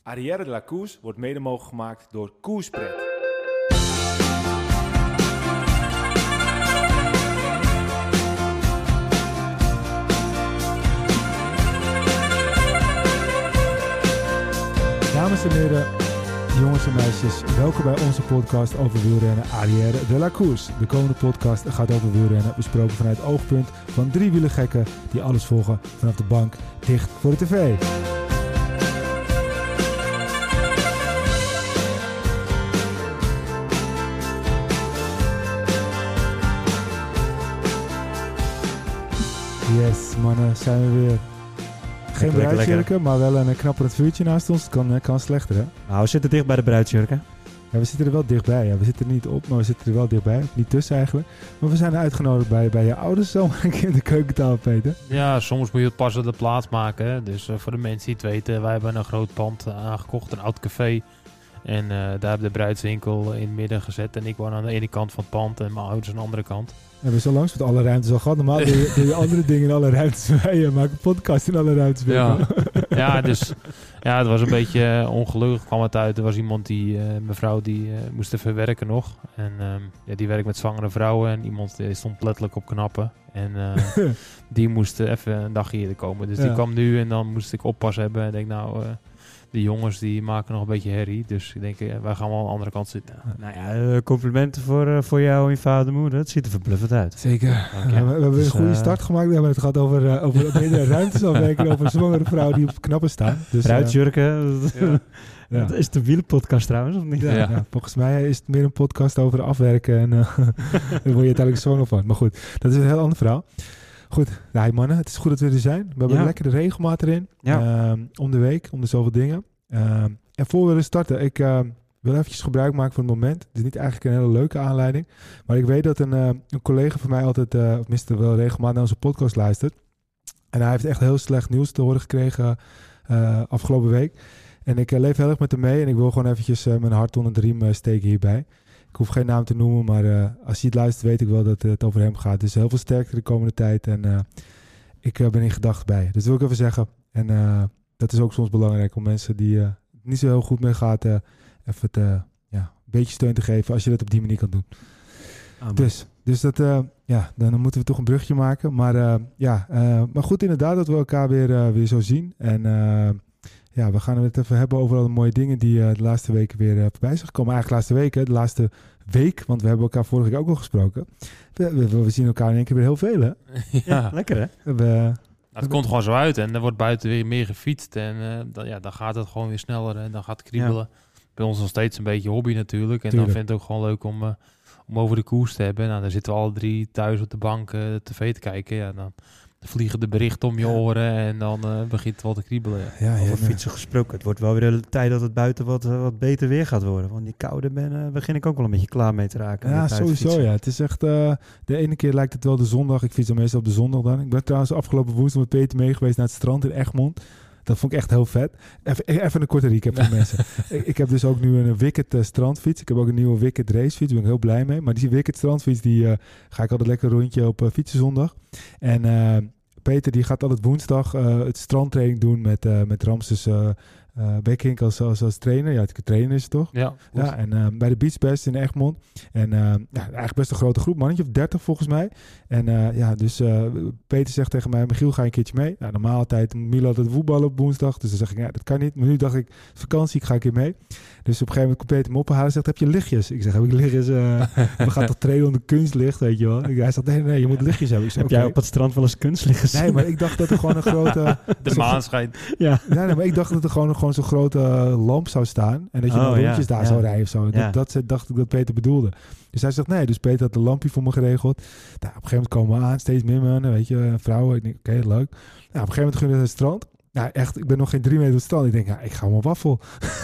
Arrière de la Course wordt mede mogelijk gemaakt door Koerspret. Dames en heren, jongens en meisjes, welkom bij onze podcast over wielrennen Arrière de la Course. De komende podcast gaat over wielrennen, besproken vanuit het oogpunt van 3 wielergekken die alles volgen vanaf de bank dicht voor de tv. Yes, mannen, zijn we weer. Geen bruidsjurken, maar wel een knapperend vuurtje naast ons. Het kan slechter, hè? Nou, we zitten dicht bij de bruidsjurken. Ja, we zitten er wel dichtbij. Ja. We zitten er niet op, maar we zitten er wel dichtbij. Niet tussen eigenlijk. Maar we zijn uitgenodigd bij je ouders zomaar een keer in de keukentafel, Peter. Ja, soms moet je het pas op de plaats maken. Hè? Dus voor de mensen die het weten, wij hebben een groot pand aangekocht, een oud café. En daar hebben we de bruidswinkel in het midden gezet. En ik woon aan de ene kant van het pand en mijn ouders aan de andere kant. We hebben zo langs met alle ruimtes al gehad. Normaal doe je andere dingen in alle ruimtes. Wij maken een podcast in alle ruimtes. Ja, dus ja, het was een beetje ongelukkig kwam het uit. Er was iemand mevrouw die moest even werken nog. En die werkt met zwangere vrouwen. En iemand die stond letterlijk op knappen. En die moest even een dagje eerder komen. Dus die kwam nu en dan moest ik oppas hebben. En ik denk de jongens die maken nog een beetje herrie. Dus ik denk, wij gaan wel aan de andere kant zitten. Nou ja, complimenten voor jou en je vader en moeder. Het ziet er verbluffend uit. Zeker. We hebben een goede start gemaakt. We hebben het gehad over meerdere ruimtes afwerken. Over zwangere vrouwen die op knappen staan. Dus, bruidsjurken. Dat is de wielenpodcast trouwens, of niet? Ja, volgens mij is het meer een podcast over afwerken. En daar word je uiteindelijk zwanger van. Maar goed, dat is een heel ander verhaal. Goed, nou, mannen, het is goed dat we er zijn. We hebben lekker de regelmaat erin. Om de week, om de zoveel dingen. En voor we willen starten, ik wil eventjes gebruik maken van het moment. Het is niet eigenlijk een hele leuke aanleiding. Maar ik weet dat een collega van mij altijd, of tenminste wel regelmatig naar onze podcast luistert. En hij heeft echt heel slecht nieuws te horen gekregen afgelopen week. En ik leef heel erg met hem mee. En ik wil gewoon eventjes mijn hart onder de riem steken hierbij. Ik hoef geen naam te noemen, maar als je het luistert weet ik wel dat het over hem gaat. Dus heel veel sterkte de komende tijd. En ik ben in gedachten bij je. Dus dat wil ik even zeggen. En dat is ook soms belangrijk om mensen die het niet zo heel goed mee gaat... even een beetje steun te geven als je dat op die manier kan doen. Dus dat, dan moeten we toch een brugje maken. Maar goed inderdaad dat we elkaar weer zo zien. En... we gaan het even hebben over alle mooie dingen die de laatste weken weer voorbij zijn gekomen. Eigenlijk laatste week, de laatste week, want we hebben elkaar vorige week ook al gesproken. We zien elkaar in één keer weer heel veel, hè? Ja, lekker hè? Het komt gewoon zo uit en er wordt buiten weer meer gefietst. En dan gaat het gewoon weer sneller en dan gaat het kriebelen. Ja. Bij ons nog steeds een beetje hobby natuurlijk. En dan vind ik het ook gewoon leuk om over de koers te hebben. Nou, dan zitten we alle 3 thuis op de bank tv te kijken. Ja, dan vliegen de berichten om je oren en dan begint het wel te kriebelen. Ja. Over fietsen gesproken. Het wordt wel weer de tijd dat het buiten wat beter weer gaat worden. Want die koude begin ik ook wel een beetje klaar mee te raken. Ja, sowieso. Ja. Het is echt... de ene keer lijkt het wel de zondag. Ik fiets dan meestal op de zondag dan. Ik ben trouwens afgelopen woensdag met Peter mee geweest naar het strand in Egmond. Dat vond ik echt heel vet. Even een korte recap voor mensen. Ik heb dus ook nu een Wicked strandfiets. Ik heb ook een nieuwe Wicked racefiets. Daar ben ik heel blij mee. Maar die Wicked strandfiets, die ga ik altijd lekker een rondje op fietsenzondag. En Peter die gaat altijd woensdag het strandtraining doen met Ramses Becking als trainer. Ja, het trainer is het toch? Ja. En bij de Beach Best in Egmond. En eigenlijk best een grote groep, mannetje of 30 volgens mij. En dus Peter zegt tegen mij, Michiel, ga je een keertje mee? Nou, normaal altijd Milo altijd voetballen op woensdag. Dus dan zeg ik, dat kan niet. Maar nu dacht ik, vakantie, ik ga een keer mee. Dus op een gegeven moment komt Peter me ophalen en zegt, heb je lichtjes? Ik zeg, heb ik lichtjes? We gaan toch trainen onder kunstlicht, weet je wel? Hij zegt, nee, je moet lichtjes hebben. Ik zeg, heb jij op het strand wel eens kunstlicht gezien? Nee, maar ik dacht dat er gewoon een grote... De maan schijnt. Ja. Nee, maar ik dacht dat er gewoon zo'n grote lamp zou staan. En dat je nog rondjes daar zou rijden of zo. Ja. Dat dacht ik dat Peter bedoelde. Dus hij zegt, nee, dus Peter had een lampje voor me geregeld. Nou, op een gegeven moment komen we aan, steeds meer mannen, weet je, vrouwen. Ik denk, oké, leuk. Nou, op een gegeven moment gingen we naar het strand. Nou, echt, ik ben nog geen 3 meter op het strand. Ik denk, ik ga maar waffel.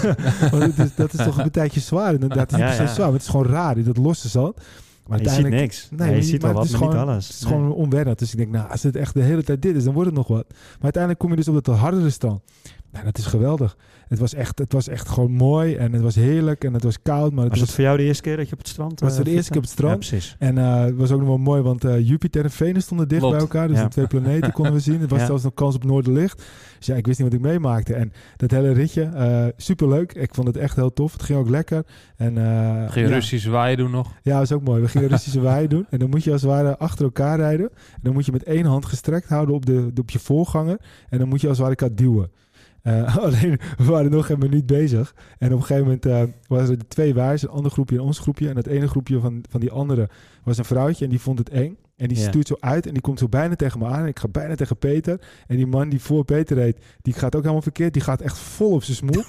Want dat is toch een tijdje zwaar. Inderdaad, het is niet precies zwaar, maar het is gewoon raar in dat losse zand. Maar je ziet niks. Nee, je ziet wel wat, maar niet alles. Het is gewoon onwennig. Dus ik denk, als het echt de hele tijd dit is, dan wordt het nog wat. Maar uiteindelijk kom je dus op dat hardere strand. Nou, dat is geweldig. Het was echt gewoon mooi en het was heerlijk en het was koud. Maar Was het voor jou de eerste keer dat je op het strand was de eerste keer op het strand. Ja, precies. En het was ook nog wel mooi, want Jupiter en Venus stonden dicht Klopt. bij elkaar. Dus Ja. de 2 planeten konden we zien. Er was zelfs nog kans op noorderlicht. Dus ja, ik wist niet wat ik meemaakte. En dat hele ritje, superleuk. Ik vond het echt heel tof. Het ging ook lekker. En, Ging je Russische waaien doen nog? Ja, dat is ook mooi. We gingen Russische waaien doen. En dan moet je als het ware achter elkaar rijden. En dan moet je met één hand gestrekt houden op je voorganger. En dan moet je als het ware elkaar duwen. Alleen, we waren nog een minuut bezig. En op een gegeven moment waren er 2 waaiers. Een ander groepje en ons groepje. En het ene groepje van die andere was een vrouwtje. En die vond het eng. En die stuurt zo uit en die komt zo bijna tegen me aan. En ik ga bijna tegen Peter. En die man die voor Peter reed, die gaat ook helemaal verkeerd. Die gaat echt vol op zijn smoel.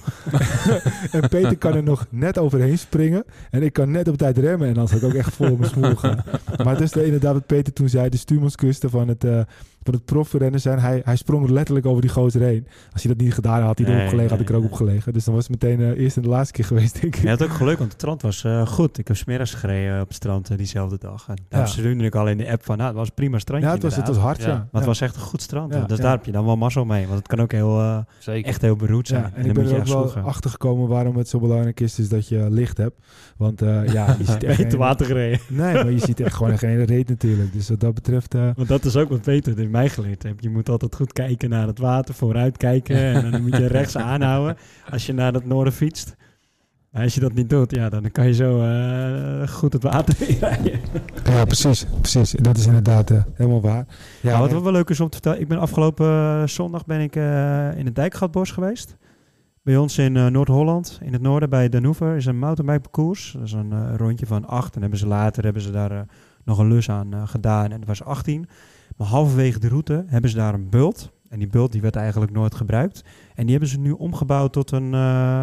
En Peter kan er nog net overheen springen. En ik kan net op tijd remmen. En dan zou ik ook echt vol op mijn smoel gaan. Maar dus inderdaad wat Peter toen zei. De stuurmanskusten van het profrennen zijn. Hij sprong letterlijk over die gozer heen. Als hij dat niet gedaan had, had hij erop gelegen. Had ik er ook op gelegen. Dus dan was het meteen eerst en de laatste keer geweest, denk ik. Je had ook geluk, want het strand was goed. Ik heb 's middags gereden op het strand diezelfde dag. En daar stuurde ik al in de app van, het was een prima strandje. Ja, het was hard, ja. Maar het was echt een goed strand. Ja. Dus daar heb je dan wel mazzel mee. Want het kan ook echt heel beroerd zijn. Ja, en ik ben er ook wel achter gekomen waarom het zo belangrijk is dat je licht hebt. Want je ziet echt geen water gereden. Nee, maar je ziet echt gewoon geen reet natuurlijk. Dus wat dat betreft... Want dat is ook wat Peter in mij geleerd heeft. Je moet altijd goed kijken naar het water, vooruit kijken. En dan moet je rechts aanhouden als je naar het noorden fietst. Maar als je dat niet doet, dan kan je zo goed het water inrijden. Ja, precies. Dat is inderdaad helemaal waar. Ja, wat wel leuk is om te vertellen. Ik ben afgelopen zondag in het Dijkgatbos geweest. Bij ons in Noord-Holland, in het noorden bij Den Hoever, is een mountainbikeparcours. Dat is een rondje van 8. En later hebben ze daar nog een lus aan gedaan. En dat was 18. Maar halverwege de route hebben ze daar een bult. En die bult die werd eigenlijk nooit gebruikt. En die hebben ze nu omgebouwd tot een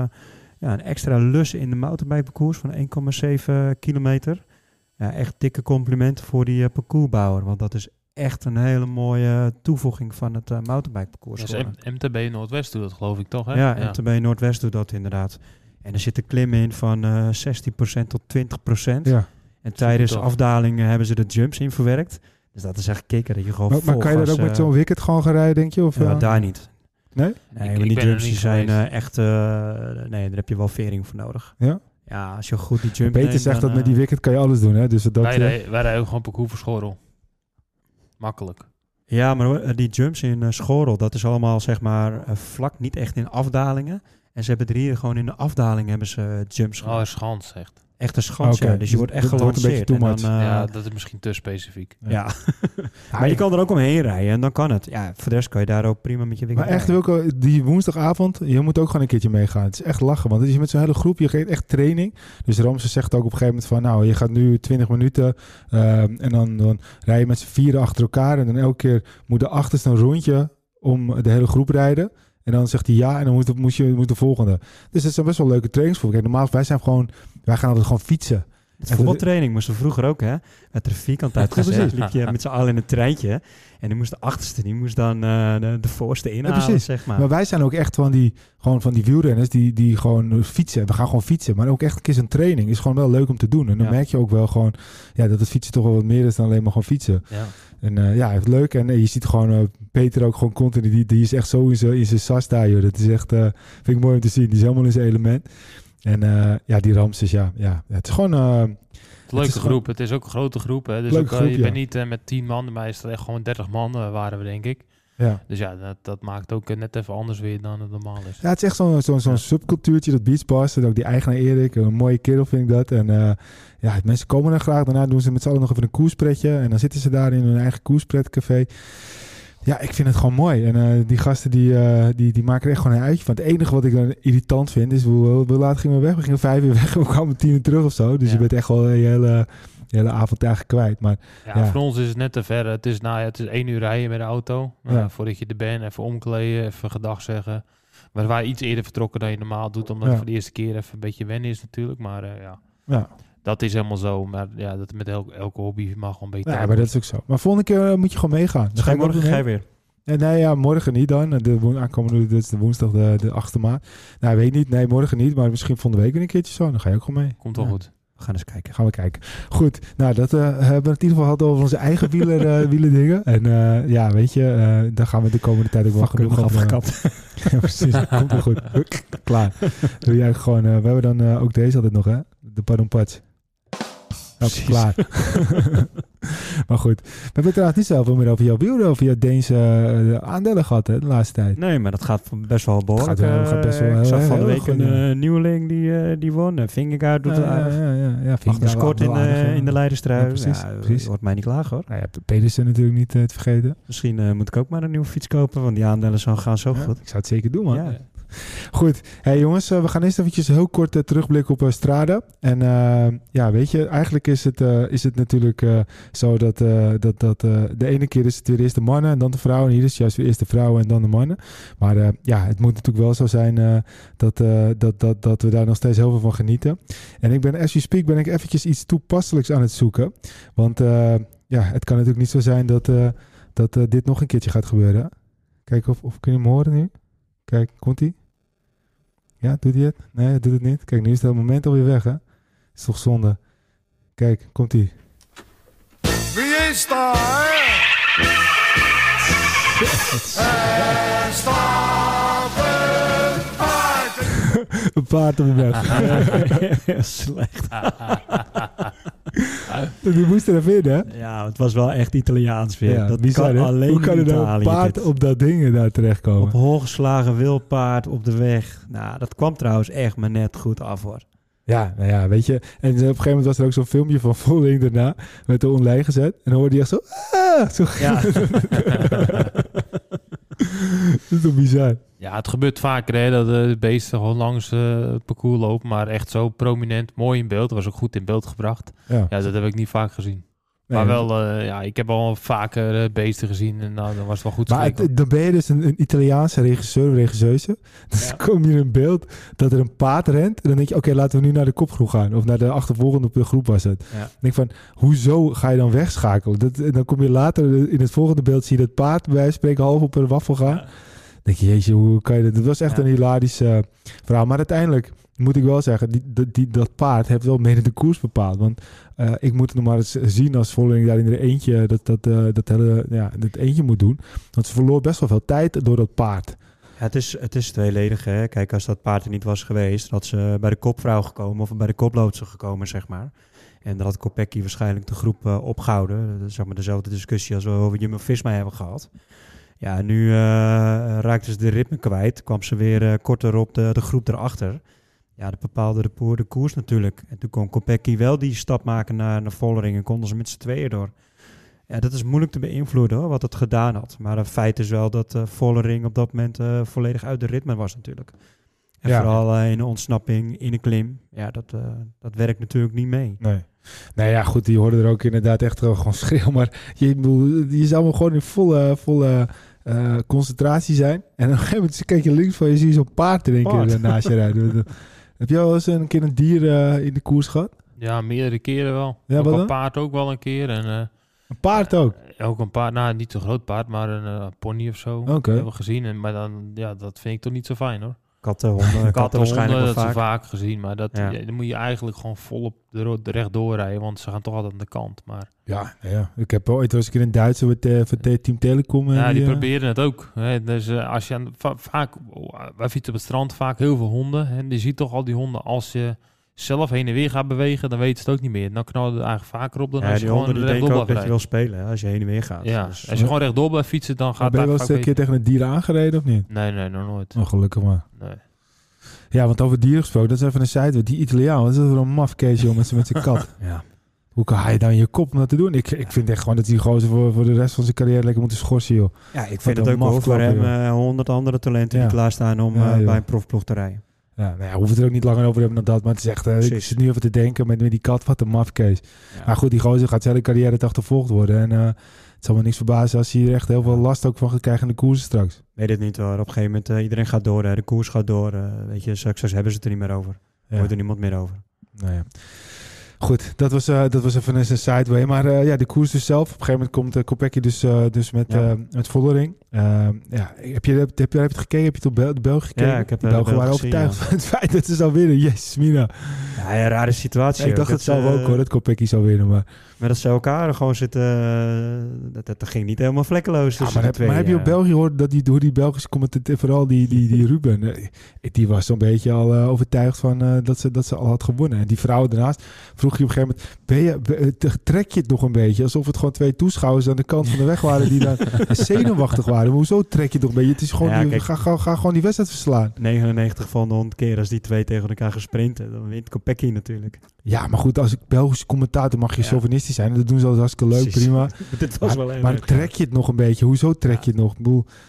extra lus in de mountainbikeparcours van 1,7 kilometer. Ja, echt dikke complimenten voor die parcoursbouwer. Want dat is echt een hele mooie toevoeging van het mountainbikeparcours. Dus MTB Noordwest doet dat, geloof ik toch? Hè? Ja, MTB Noordwest doet dat inderdaad. En er zitten klimmen in van 16% tot 20%. Ja. En tijdens afdalingen hebben ze de jumps in verwerkt. Dus dat is echt kicken dat je gewoon maar kan je daar ook met zo'n wicket gewoon gaan rijden, denk je? Of, daar niet. Nee? Nee, maar die jumps zijn echt... daar heb je wel vering voor nodig. Ja? Ja, als je goed die jump Peter neemt, zegt dat met die wicket kan je alles doen, hè? Dus dat, wij rijden ook gewoon parcours voor Schorrel. Makkelijk. Ja, maar die jumps in Schorrel, dat is allemaal zeg maar vlak, niet echt in afdalingen. En ze hebben er hier gewoon in de afdaling hebben ze jumps gemaakt. Oh, schans echt. Echt een schans, ja. Dus je wordt echt gelanceerd. En dan, ja, dat is misschien te specifiek. Ja. Maar je kan er ook omheen rijden en dan kan het. Ja, voor de rest kan je daar ook prima met je wicket. Maar echt, Wilco, die woensdagavond, je moet ook gewoon een keertje meegaan. Het is echt lachen, want als je met zo'n hele groep, je geeft echt training. Dus Ramses zegt ook op een gegeven moment van, nou, je gaat nu 20 minuten en dan rij je met z'n 4 achter elkaar. En dan elke keer moet de achterste een rondje om de hele groep rijden. En dan zegt hij ja en dan moet de volgende. Dus dat zijn best wel leuke trainingsvoorbeelden. Normaal, wij gaan altijd gewoon fietsen. Voetbaltraining moesten we vroeger ook, hè? Met de vierkant uitgezet. Liep je met z'n allen in een treintje. En die moest de achterste, die moest dan de voorste inhalen, zeg maar. Maar wij zijn ook echt van die wielrenners die gewoon fietsen. We gaan gewoon fietsen. Maar ook echt een keer zo'n training is gewoon wel leuk om te doen. En dan merk je ook wel gewoon dat het fietsen toch wel wat meer is dan alleen maar gewoon fietsen. Ja. En het is leuk. En je ziet gewoon Peter ook gewoon continu. Die is echt zo in zijn sas daar, joh. Dat is echt, vind ik mooi om te zien. Die is helemaal in zijn element. En die Ramses, het is gewoon... leuke groep. Het is ook een grote groep. Hè. Dus ook, je bent niet met 10 man. Maar is er echt gewoon 30 man waren we, denk ik. Ja. Dus dat maakt ook net even anders weer dan het normaal is. Ja, het is echt zo'n subcultuurtje, dat beachbars. En ook die eigenaar Erik, een mooie kerel vind ik dat. En mensen komen er graag. Daarna doen ze met z'n allen nog even een koerspretje. En dan zitten ze daar in hun eigen koerspretcafé. Ja, ik vind het gewoon mooi. En die gasten die maken er echt gewoon een uitje van. Het enige wat ik dan irritant vind is, hoe laat gingen we weg? We gingen 5 uur weg en we kwamen 10 uur terug of zo. Dus je bent echt wel je hele avond eigenlijk kwijt. Maar, voor ons is het net te ver. Het is 1 uur rijden met de auto. Voordat je er bent, even omkleden, even gedag zeggen. Maar we waren iets eerder vertrokken dan je normaal doet. Omdat het voor de eerste keer even een beetje wennen is natuurlijk. Maar dat is helemaal zo. Maar dat met elke hobby mag gewoon een beetje tijd. Maar dat is ook zo. Maar volgende keer moet je gewoon meegaan. Dan ga je weer. Nee, morgen niet dan. Aankomende, dat is de woensdag de 8e maart. Nou, weet niet. Nee, morgen niet. Maar misschien volgende week weer een keertje zo. Dan ga je ook gewoon mee. Komt wel goed. We gaan eens kijken. Gaan we kijken. Goed, nou dat hebben we het in ieder geval gehad over onze eigen wielerdingen. En weet je, daar gaan we de komende tijd ook wel genoeg afgekapt. Ja, precies. Komt wel goed. Klaar. Doe jij gewoon, we hebben dan ook deze altijd nog, hè? De Pardon Patch. Klaar. Maar goed, we hebben trouwens niet zoveel meer over jouw wielren, over jouw Deense aandelen gehad, hè, de laatste tijd. Nee, maar dat gaat best wel behoorlijk. Gaat best wel ik zag van de heel week goed, een nieuweling die won. Vingegaard doet het aardig. Achter scoort in de leiderstrui. Ja, precies. Hoort mij niet klagen, hoor. Nou, je hebt Pedersen natuurlijk niet te vergeten. Misschien moet ik ook maar een nieuwe fiets kopen, want die aandelen gaan zo goed. Ik zou het zeker doen, man. Ja. Goed, hey jongens, we gaan eerst eventjes heel kort terugblikken op Strada. En weet je, eigenlijk is het natuurlijk zo dat de ene keer is het weer eerst de mannen en dan de vrouwen. En hier is het juist weer eerst de vrouwen en dan de mannen. Maar het moet natuurlijk wel zo zijn dat we daar nog steeds heel veel van genieten. En ik ben, as we speak, eventjes iets toepasselijks aan het zoeken. Want het kan natuurlijk niet zo zijn dat dit nog een keertje gaat gebeuren. Kijk of kun je hem horen nu? Kijk, komt hij? Ja, doet hij het? Nee, hij doet het niet. Kijk, nu is het moment alweer weg, hè? Is toch zonde? Kijk, komt hij. Wie is daar? Er staat een paard. Een paard op de weg. Slecht. Die moest er even in, hè? Ja, het was wel echt Italiaans weer. Ja, dat bizar, kan hè? alleen Hoe kan er nou Italië, een paard dit. op dat ding daar terechtkomen? Op hooggeslagen wildpaard op de weg. Nou, dat kwam trouwens echt maar net goed af, hoor. Ja, nou ja, weet je. En op een gegeven moment was er ook zo'n filmpje van Volling daarna. Met de online gezet. En dan hoorde hij echt zo... Zo Ja. Dat is toch bizar? Ja, het gebeurt vaker hè, dat de beesten gewoon langs het parcours lopen. Maar echt zo prominent, mooi in beeld. Was ook goed in beeld gebracht. Ja, Ja, dat heb ik niet vaak gezien. nee, Maar wel, ik heb al vaker beesten gezien. En nou, dan was het wel goed. maar dan ben je dus een Italiaanse regisseuse. Dus dan kom je in beeld dat er een paard rent. En dan denk je, oké, laten we nu naar de kopgroep gaan. Of naar de achtervolgende groep was het. Ja. Dan denk ik van, hoezo ga je dan wegschakelen? En dan kom je later in het volgende beeld, zie je dat paard bij wijze van spreken half op een waffel gaan. Dan denk je, jeetje, hoe kan je dat? Het was echt een hilarisch verhaal. Maar uiteindelijk moet ik wel zeggen, dat paard heeft wel mede de koers bepaald. Want ik moet het nog maar eens zien als Volling daar in de eentje dat eentje moet doen. Want ze verloor best wel veel tijd door dat paard. Ja, het is tweeledig, hè. Kijk, als dat paard er niet was geweest, had ze bij de kopvrouw gekomen of bij de koploodser gekomen, zeg maar. En dan had Kopecky waarschijnlijk de groep opgehouden. Zeg maar dezelfde discussie als we over Jumbo-Visma hebben gehad. Ja, nu raakte ze de ritme kwijt. Kwam ze weer korter op de groep erachter. Ja, dat bepaalde de koers natuurlijk. En toen kon Kopecky wel die stap maken naar Vollering en konden ze met z'n tweeën door. Ja, dat is moeilijk te beïnvloeden, hoor, wat het gedaan had. Maar het feit is wel dat Vollering op dat moment volledig uit de ritme was natuurlijk. En vooral in de ontsnapping, in de klim. Ja, dat werkt natuurlijk niet mee. Nee. Nou ja, goed, die hoorden er ook inderdaad echt gewoon schreeuwen. Maar je zou wel gewoon in volle concentratie zijn. En op een gegeven moment kijk je links van je, zie je zo'n paard in één keer naast je rijden. Heb jij al eens een keer een dier in de koers gehad? Ja, meerdere keren wel. Ja, ook wat een dan? paard ook wel een keer. En, Een paard ook? ook een paard, nou niet zo'n groot paard, maar een pony of zo. Oké. Hebben we gezien. Maar dan, ja, dat vind ik toch niet zo fijn, hoor. Kattenhonden waarschijnlijk wel dat vaak. ze vaak gezien, maar dat, Ja. dan moet je eigenlijk gewoon volop rechtdoor rijden, want ze gaan toch altijd aan de kant. Maar Ja. Ik heb ooit wel eens een keer in Duitsland met Team Telecom. ja, die proberen het ook. Hè. Dus als je vaak, wij fietsen op het strand vaak heel veel honden. En je ziet toch al die honden, als je zelf heen en weer gaat bewegen, dan weten ze het ook niet meer. Dan knallen ze er eigenlijk vaker op dan Ja, als die je honden gewoon die rechtdoor denken ook blijft dat je rijden. wil spelen, hè, als je heen en weer gaat. Ja, Dus, als je gewoon rechtdoor blijft fietsen, dan gaat Ben je wel het eens een keer tegen een dier aangereden of niet? Nee, nog nooit. Oh, gelukkig maar. Nee. Ja, want over dieren gesproken, dat is even een site. Die Italiaan, dat is wel een mafkees, joh, met zijn kat. ja. Hoe kan hij dan in je kop om dat te doen? Ik vind echt gewoon dat die gozer voor de rest van zijn carrière lekker moet schorsen, joh. Ja, ik Wat vind een het ook wel voor mafklappen, hem 100 andere talenten Ja. die klaarstaan om Ja, joh. bij een profploeg te rijden. Ja, nou ja, hoeven we het er ook niet langer over hebben dan dat. Maar het is echt, ik Precies. zit nu even te denken met die kat, wat een mafkees. Ja. Maar goed, die gozer gaat zijn hele carrière achtervolgd worden. En het zal me niks verbazen als hij hier echt heel veel last ook van gaat krijgen in de koersen straks. Weet het niet hoor. Op een gegeven moment, iedereen gaat door. De koers gaat door. Weet je, straks hebben ze het er niet meer over. Ja. Hoort er niemand meer over. Nou ja. Goed, dat was even een sideway. Maar de koers dus zelf. Op een gegeven moment komt Kopecky dus met Vollering. Heb je het gekeken? Heb je het op de Belgen gekeken? Ja, ik heb de Belgen waren overtuigd van het feit dat ze zou winnen. Jezus, Mina. Ja, een rare situatie. Ik dacht het zelf ook hoor, dat Kopecky zou winnen. Maar dat ze elkaar gewoon zitten... Dat ging niet helemaal vlekkeloos. Maar heb je op België gehoord hoe die Belgische commentator, vooral die Ruben, die was zo'n beetje al overtuigd van dat ze al had gewonnen. En die vrouw daarnaast vroeg je op een gegeven moment, trek je het nog een beetje? Alsof het gewoon 2 toeschouwers aan de kant van de weg waren die dan zenuwachtig waren. Maar hoezo trek je het nog een beetje? Het is gewoon, ga gewoon die wedstrijd verslaan. 99 van de 100 keer als die 2 tegen elkaar gesprinten, dan wint Kopecky natuurlijk. Ja, maar goed, als ik Belgische commentator mag je chauvinistisch zijn. Dat doen ze altijd hartstikke leuk, prima. Dit was wel maar trek je het nog een beetje? Hoezo trek je het nog?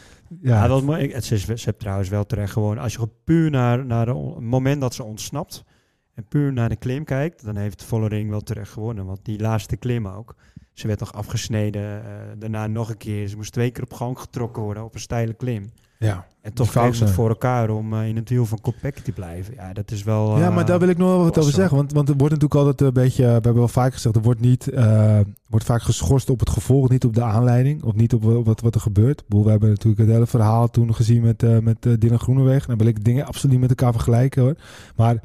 Ja, dat ze heeft trouwens wel terecht gewoon. Als je gewoon puur naar het moment dat ze ontsnapt en puur naar de klim kijkt, dan heeft Vollering wel terecht gewonnen. Want die laatste klim ook. Ze werd nog afgesneden. Daarna nog een keer. Ze moest 2 keer op gang getrokken worden op een steile klim. Ja. En toch kreeg ze het voor elkaar om in het wiel van Kopecky te blijven. Ja, dat is wel... ja, maar daar wil ik nog wel wat over zeggen. Want er wordt natuurlijk altijd een beetje... We hebben wel vaak gezegd, er wordt vaak geschorst op het gevolg, niet op de aanleiding. Of niet op wat er gebeurt. We hebben natuurlijk het hele verhaal toen gezien met Dylan Groenewegen. Dan wil ik dingen absoluut niet met elkaar vergelijken hoor. Maar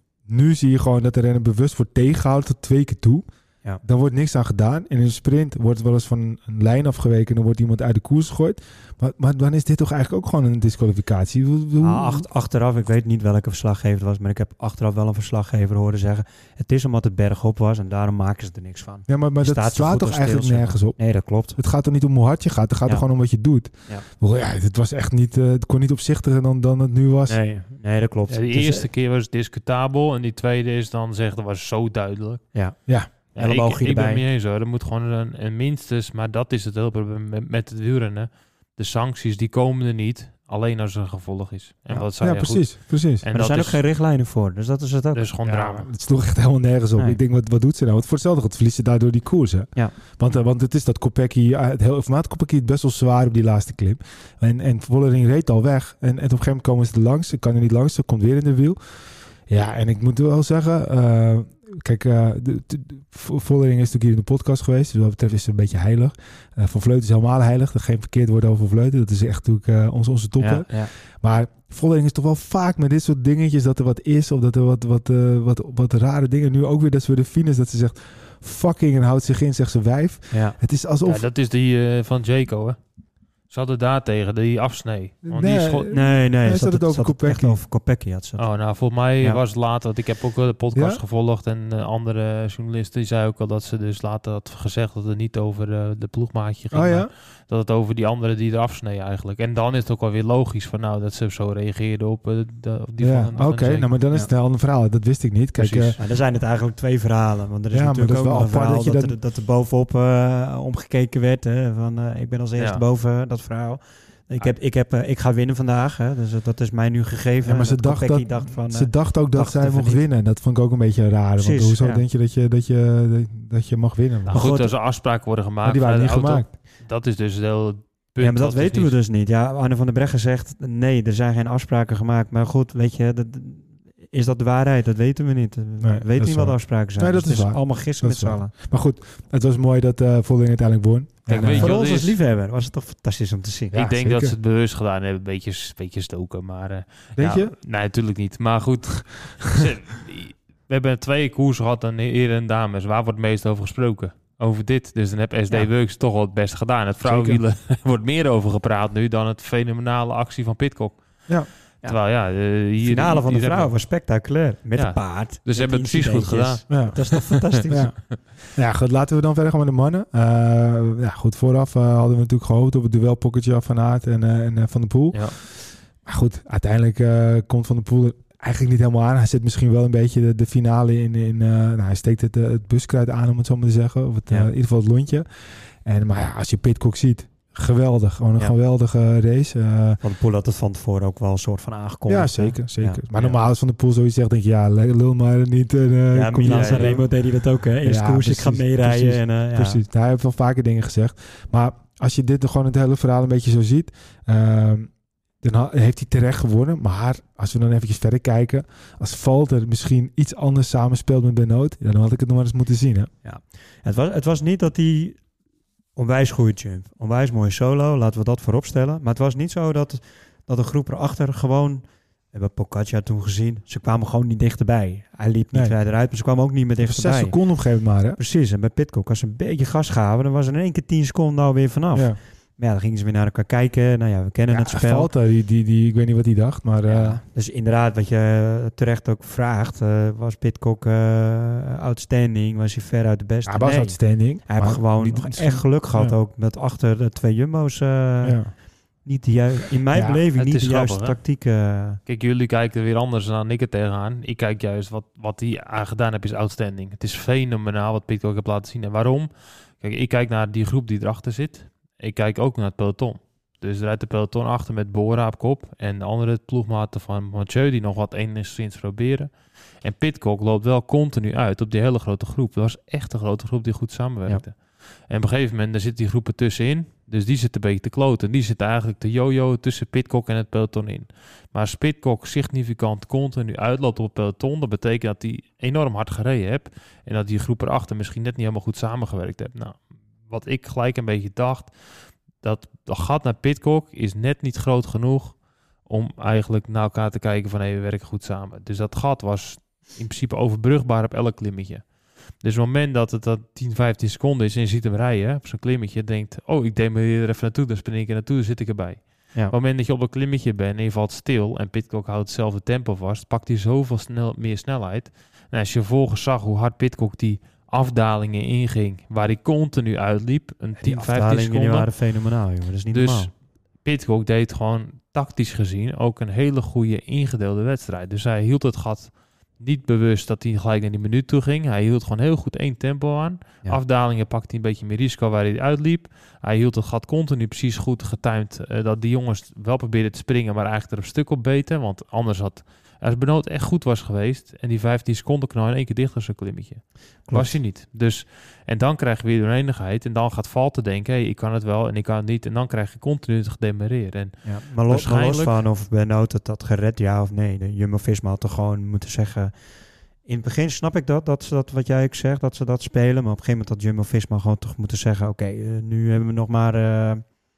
nu zie je gewoon dat de renner bewust wordt tegengehouden tot 2 keer toe. Ja. Dan wordt niks aan gedaan. En in een sprint wordt wel eens van een lijn afgeweken en dan wordt iemand uit de koers gegooid. Maar dan is dit toch eigenlijk ook gewoon een disqualificatie? Achteraf, ik weet niet welke verslaggever het was, maar ik heb achteraf wel een verslaggever horen zeggen, het is omdat het bergop was en daarom maken ze er niks van. Ja, maar dat slaat toch eigenlijk nergens op? Nee, dat klopt. Het gaat er niet om hoe hard je gaat, het gaat er gewoon om wat je doet. Ja. Het was echt niet, het kon niet opzichtiger dan het nu was. Nee, dat klopt. Ja, de eerste keer was het discutabel en die tweede is dan zeggen, dat was zo duidelijk. Ja. Ja, ik ben het niet eens hoor. Er moet gewoon een minstens, maar dat is het heel probleem met het wielrennen. De sancties die komen er niet, alleen als er een gevolg is. En dat zijn precies. En er zijn ook geen richtlijnen voor, dus dat is het ook. Dus gewoon drama. Het sloeg echt helemaal nergens op. Nee. Ik denk, wat doet ze nou? Want voor hetzelfde gaat verliezen daardoor die koers. Hè? Ja. Want het is dat Kopecky, Kopecky het best wel zwaar op die laatste klim. En Vollering reed al weg. En op een gegeven moment komen ze er langs. Ze kan er niet langs, ze komt weer in de wiel. Ja, en ik moet wel zeggen... Kijk, Vollering is natuurlijk hier in de podcast geweest. Dus wat dat betreft is ze een beetje heilig. Van Vleuten is helemaal heilig. Er geen verkeerd woord over Vleuten. Dat is echt natuurlijk onze topper. Ja. Maar Vollering is toch wel vaak met dit soort dingetjes dat er wat is. Of dat er wat rare dingen. Nu ook weer dat ze weer de fines dat ze zegt fucking en houdt zich in, zegt ze wijf. Ja. Het is alsof... Ja, dat is die van Jaco, hè? Ze hadden daar tegen, die afsnee. Want Nee, ze had het over Kopecky. Over Kopecky had ze het. Oh, nou, volgens mij was het later, want ik heb ook de podcast gevolgd en andere journalisten die zei ook al dat ze dus later had gezegd dat het niet over de ploegmaatje ging. Oh ja? Dat het over die andere die er afsnee eigenlijk. En dan is het ook wel weer logisch van nou, dat ze zo reageerden op die van Oké, nou, maar dan is het een ander verhaal. Dat wist ik niet. Kijk, maar er zijn het eigenlijk 2 verhalen. Want er is natuurlijk ook wel een verhaal dat er bovenop omgekeken werd. Hè, van ik ben als eerste boven dat verhaal. Ik ga winnen vandaag. Hè, dus dat is mij nu gegeven. Ja, maar ze dacht ook dat zij mocht winnen. Dat vond ik ook een beetje raar. Precies, want hoezo denk je dat je mag winnen? Nou, goed, als er afspraken worden gemaakt. Maar die waren niet gemaakt. Dat is dus heel punt. Ja, maar dat weten we dus niet. Ja, Arne van der Breggen zegt nee, er zijn geen afspraken gemaakt. Maar goed, weet je, is dat de waarheid? Dat weten we niet. We weten niet wat de afspraken zijn. Nee, dat dus is het waar. is allemaal gisteren met z'n allen. Maar goed, het was mooi dat Vollering uiteindelijk won. Kijk, voor ons als liefhebber was het toch fantastisch om te zien. Ik denk dat ze het bewust gedaan hebben. Een beetje stoken. Maar, denk je? Nee, natuurlijk niet. Maar goed, we hebben 2 koersen gehad aan heren en dames. Waar wordt het meest over gesproken? Over dit. Dus dan heb SD Works toch wel het best gedaan. Het vrouwenwielen wordt meer over gepraat nu dan het fenomenale actie van Pitcock. Ja. Terwijl de finale van de vrouwen was spectaculair. Met een paard. Dus ze hebben het precies goed gedaan. Ja. Dat is toch fantastisch. Ja, goed. Laten we dan verder gaan met de mannen. Goed. Vooraf hadden we natuurlijk gehoopt op het duelpocketje af Van Aert en Van der Poel. Ja. Maar goed, uiteindelijk komt Van der Poel er eigenlijk niet helemaal aan. Hij zit misschien wel een beetje de finale in hij steekt het buskruid aan, om het zo maar te zeggen. Of in ieder geval het lontje. Maar als je Pitcock ziet, geweldig. Gewoon een geweldige race. Van der Poel had het van tevoren ook wel een soort van aangekondigd. Ja, zeker. Ja. Maar normaal als Van der Poel zoiets zegt, denk je, lul maar niet. Milan Sanremo deed hij dat ook, hè? Eerste koers, ik ga meerijden. Precies. Hij heeft wel vaker dingen gezegd. Maar als je dit gewoon het hele verhaal een beetje zo ziet... dan heeft hij terecht gewonnen. Maar als we dan eventjes verder kijken, als Valter misschien iets anders samenspeelt met Benoot, dan had ik het nog maar eens moeten zien. Hè? Ja. Het was niet dat hij onwijs goede jump, onwijs mooie solo, laten we dat voorop stellen. Maar het was niet zo dat de groep erachter gewoon, we hebben Pogacar toen gezien, ze kwamen gewoon niet dichterbij. Hij liep niet verder uit, maar ze kwamen ook niet meer dichterbij. 6 seconden op een gegeven moment maar, hè? Precies, en bij Pidcock, als ze een beetje gas gaven, dan was er in één keer 10 seconden alweer vanaf. Ja. Maar ja, dan gingen ze weer naar elkaar kijken. Nou ja, we kennen het spel. Valter, die, ik weet niet wat hij dacht, maar... Dus inderdaad, wat je terecht ook vraagt, was Pidcock outstanding? Was hij veruit de beste? Hij was outstanding. Hij heeft gewoon echt geluk gehad ook met achter de 2 jumbo's. Niet de in mijn beleving niet de juiste tactiek. Kijk, jullie kijken er weer anders dan ik er tegenaan. Ik kijk juist wat hij gedaan heeft is outstanding. Het is fenomenaal wat Pidcock heeft laten zien. En waarom? Kijk, ik kijk naar die groep die erachter zit. Ik kijk ook naar het peloton. Dus er rijdt de peloton achter met Bora op kop. En de andere ploegmaten van Mathieu die nog wat enigszins proberen. En Pidcock loopt wel continu uit op die hele grote groep. Dat was echt een grote groep die goed samenwerkte. Ja. En op een gegeven moment, daar zitten die groepen tussenin. Dus die zitten een beetje te kloten. Die zitten eigenlijk te yo-yo tussen Pidcock en het peloton in. Maar als Pidcock significant continu uitloopt op het peloton, dat betekent dat hij enorm hard gereden heeft. En dat die groep erachter misschien net niet helemaal goed samengewerkt heeft. Nou, wat ik gelijk een beetje dacht, dat gat naar Pidcock is net niet groot genoeg om eigenlijk naar elkaar te kijken van we werken goed samen. Dus dat gat was in principe overbrugbaar op elk klimmetje. Dus op het moment dat het 10, 15 seconden is en je ziet hem rijden op zo'n klimmetje, denkt, ik demoreer er even naartoe, dan spring ik er naartoe, dan zit ik erbij. Ja. Op het moment dat je op een klimmetje bent en je valt stil en Pidcock houdt hetzelfde tempo vast, pakt hij zoveel meer snelheid. En als je vervolgens zag hoe hard Pidcock die afdalingen inging, waar hij continu uitliep, een 10, 15 seconden. Die waren fenomenaal, jongen. Dat is niet normaal. Pidcock deed gewoon tactisch gezien ook een hele goede ingedeelde wedstrijd. Dus hij hield het gat niet bewust dat hij gelijk naar die minuut toe ging. Hij hield gewoon heel goed 1 tempo aan. Ja. Afdalingen pakte hij een beetje meer risico waar hij uitliep. Hij hield het gat continu precies goed getimed. Dat die jongens wel probeerden te springen, maar eigenlijk er een stuk op beten. Want anders als Benoot echt goed was geweest en die 15 seconden knal in één keer dicht als een klimmetje. Was hij niet. Dus, en dan krijg je weer de oneenigheid. En dan gaat Valter denken, ik kan het wel en ik kan het niet. En dan krijg je continu te gedemereren. En maar los van of Benoot het gered, ja of nee. De Jumbo-Visma had toch gewoon moeten zeggen... In het begin snap ik dat ze dat, wat jij ook zegt, dat ze dat spelen. Maar op een gegeven moment had Jumbo-Visma gewoon toch moeten zeggen... Oké, nu hebben we nog maar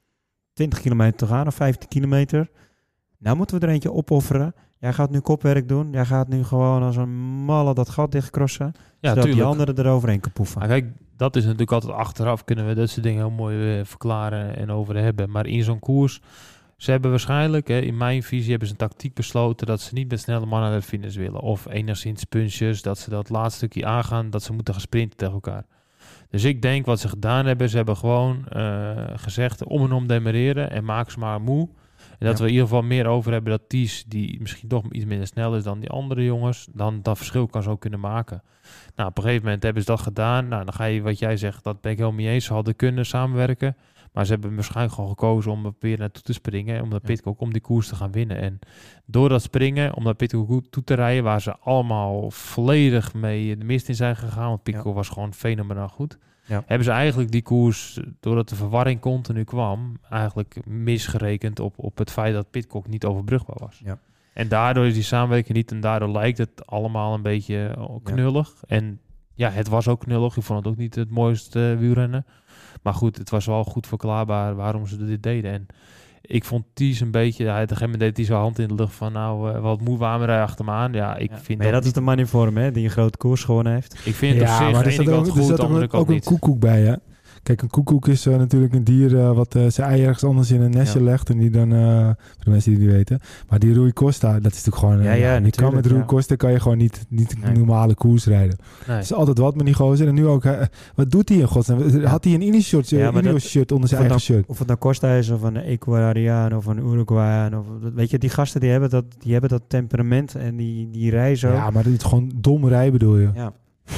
20 kilometer te gaan of 15 kilometer. Nou moeten we er eentje opofferen. Jij gaat nu kopwerk doen. Jij gaat nu gewoon als een malle dat gat dichtkrossen. Ja, zodat die anderen eroverheen kan poefen. Maar kijk, dat is natuurlijk altijd achteraf. Kunnen we dat soort dingen heel mooi verklaren en over hebben. Maar in zo'n koers... Ze hebben waarschijnlijk, in mijn visie, hebben ze een tactiek besloten dat ze niet met snelle mannen naar de finish willen. Of enigszins punches, dat ze dat laatste stukje aangaan, dat ze moeten gaan sprinten tegen elkaar. Dus ik denk wat ze gedaan hebben, ze hebben gewoon gezegd om en om demereren en maak ze maar moe. En dat we in ieder geval meer over hebben dat Thies, die misschien toch iets minder snel is dan die andere jongens, dan dat verschil kan zo kunnen maken. Nou, op een gegeven moment hebben ze dat gedaan. Nou, dan ga je, wat jij zegt, dat ben ik helemaal niet eens. Ze hadden kunnen samenwerken. Maar ze hebben waarschijnlijk gewoon gekozen om weer naartoe te springen. Om dat Pidcock om die koers te gaan winnen. En door dat springen, om dat Pidcock toe te rijden, waar ze allemaal volledig mee de mist in zijn gegaan. Want Pidcock was gewoon fenomenaal goed. Ja. Hebben ze eigenlijk die koers, doordat de verwarring continu kwam, eigenlijk misgerekend op het feit dat Pidcock niet overbrugbaar was. Ja. En daardoor is die samenwerking niet. En daardoor lijkt het allemaal een beetje knullig. Ja. En ja, het was ook knullig. Ik vond het ook niet het mooiste wielrennen. Maar goed, het was wel goed verklaarbaar waarom ze dit deden. En ik vond Thies een beetje... Op een gegeven moment deed hij zijn hand in de lucht van... wat moe waarom rij achter me aan. Ja, ik vind maar dat is de man in vorm, hè? Die een grote koers gewonnen heeft. Ik vind het op zich maar er zat ook een koekoek bij, hè? Kijk, een koekoek is natuurlijk een dier wat zijn ei ergens anders in een nestje legt. En die dan, voor de mensen die het niet weten. Maar die Rui Costa, dat is natuurlijk gewoon... je kan met Rui Costa kan je gewoon niet een normale koers rijden. Nee. Het is altijd wat met die gozer. En nu ook, wat doet hij in godsnaam? Had hij een Ineos-shirt onder zijn eigen shirt? Of het nou Costa is, of een Ecuadoriaan, of een Uruguayan. Of, weet je, die gasten die hebben dat temperament en die reizen. Ja, maar dit is gewoon dom rijden bedoel je? Ja,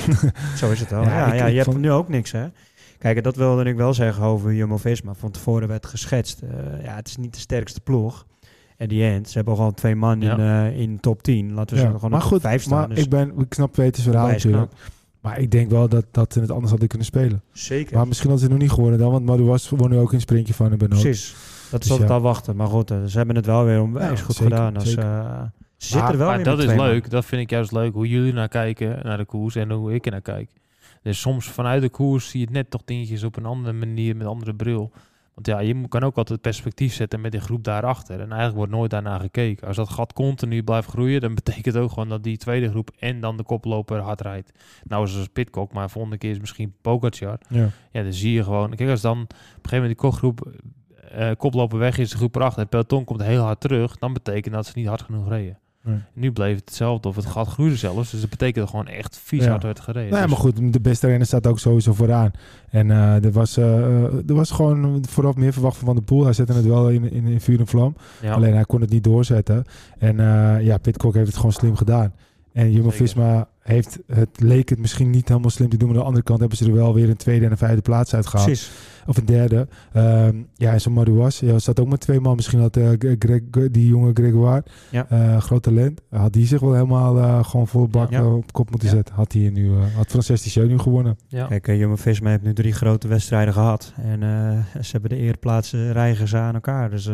zo is het wel. Je hebt nu ook niks, hè? Kijk, dat wilde ik wel zeggen over Jumbo-Visma. Van tevoren werd geschetst. Het is niet de sterkste ploeg. At the end, ze hebben gewoon 2 man in top 10. Laten we zeggen, gewoon op 5 staan. Maar dus ik snap Peters verhaal natuurlijk. Maar ik denk wel dat ze het anders hadden kunnen spelen. Zeker. Maar misschien hadden ze het nog niet gewonnen dan. Want Madouas won nu ook een sprintje van de Benoot. Precies. Dat Dus is altijd al wachten. Maar goed, ze hebben het wel weer onwijs goed zeker, gedaan. Ze zitten er wel maar weer dat met is 2 man. leuk. Dat vind ik juist leuk. Hoe jullie naar kijken, naar de koers en hoe ik er naar kijk. Dus soms vanuit de koers zie je net toch dingetjes op een andere manier, met een andere bril. Want ja, je kan ook altijd perspectief zetten met die groep daarachter. En eigenlijk wordt nooit daarna gekeken. Als dat gat continu blijft groeien, dan betekent het ook gewoon dat die tweede groep en dan de koploper hard rijdt. Nou is het Pidcock, maar volgende keer is misschien Pogacar. Ja. Ja, dan zie je gewoon. Kijk, als dan op een gegeven moment die kopgroep koploper weg is, de groep erachter, het peloton komt heel hard terug, dan betekent dat ze niet hard genoeg reden. Nee. Nu bleef het hetzelfde, of het gat groeide zelfs. Dus dat betekent dat gewoon echt vies hard werd gereden. Nou ja, Dus- maar goed, de beste renner staat ook sowieso vooraan. En er was gewoon vooraf meer verwacht van de Poel. Hij zette het wel in vuur en vlam. ja. Alleen hij kon het niet doorzetten. En Pidcock heeft het gewoon slim gedaan. En Jumbo-Visma leek het misschien niet helemaal slim te doen. Maar aan de andere kant hebben ze er wel weer een tweede en een vijfde plaats uitgehaald. Precies. Of een derde. En zo'n Madouas staat ook met 2 man. Misschien had die jonge Gregoire, groot talent, had die zich wel helemaal gewoon voor bak op kop moeten zetten. Had Frances Ticheu nu gewonnen. Ja. Kijk, Jumbo-Visma heeft nu 3 grote wedstrijden gehad. En ze hebben de ereplaatsen rijgen ze aan elkaar. Dus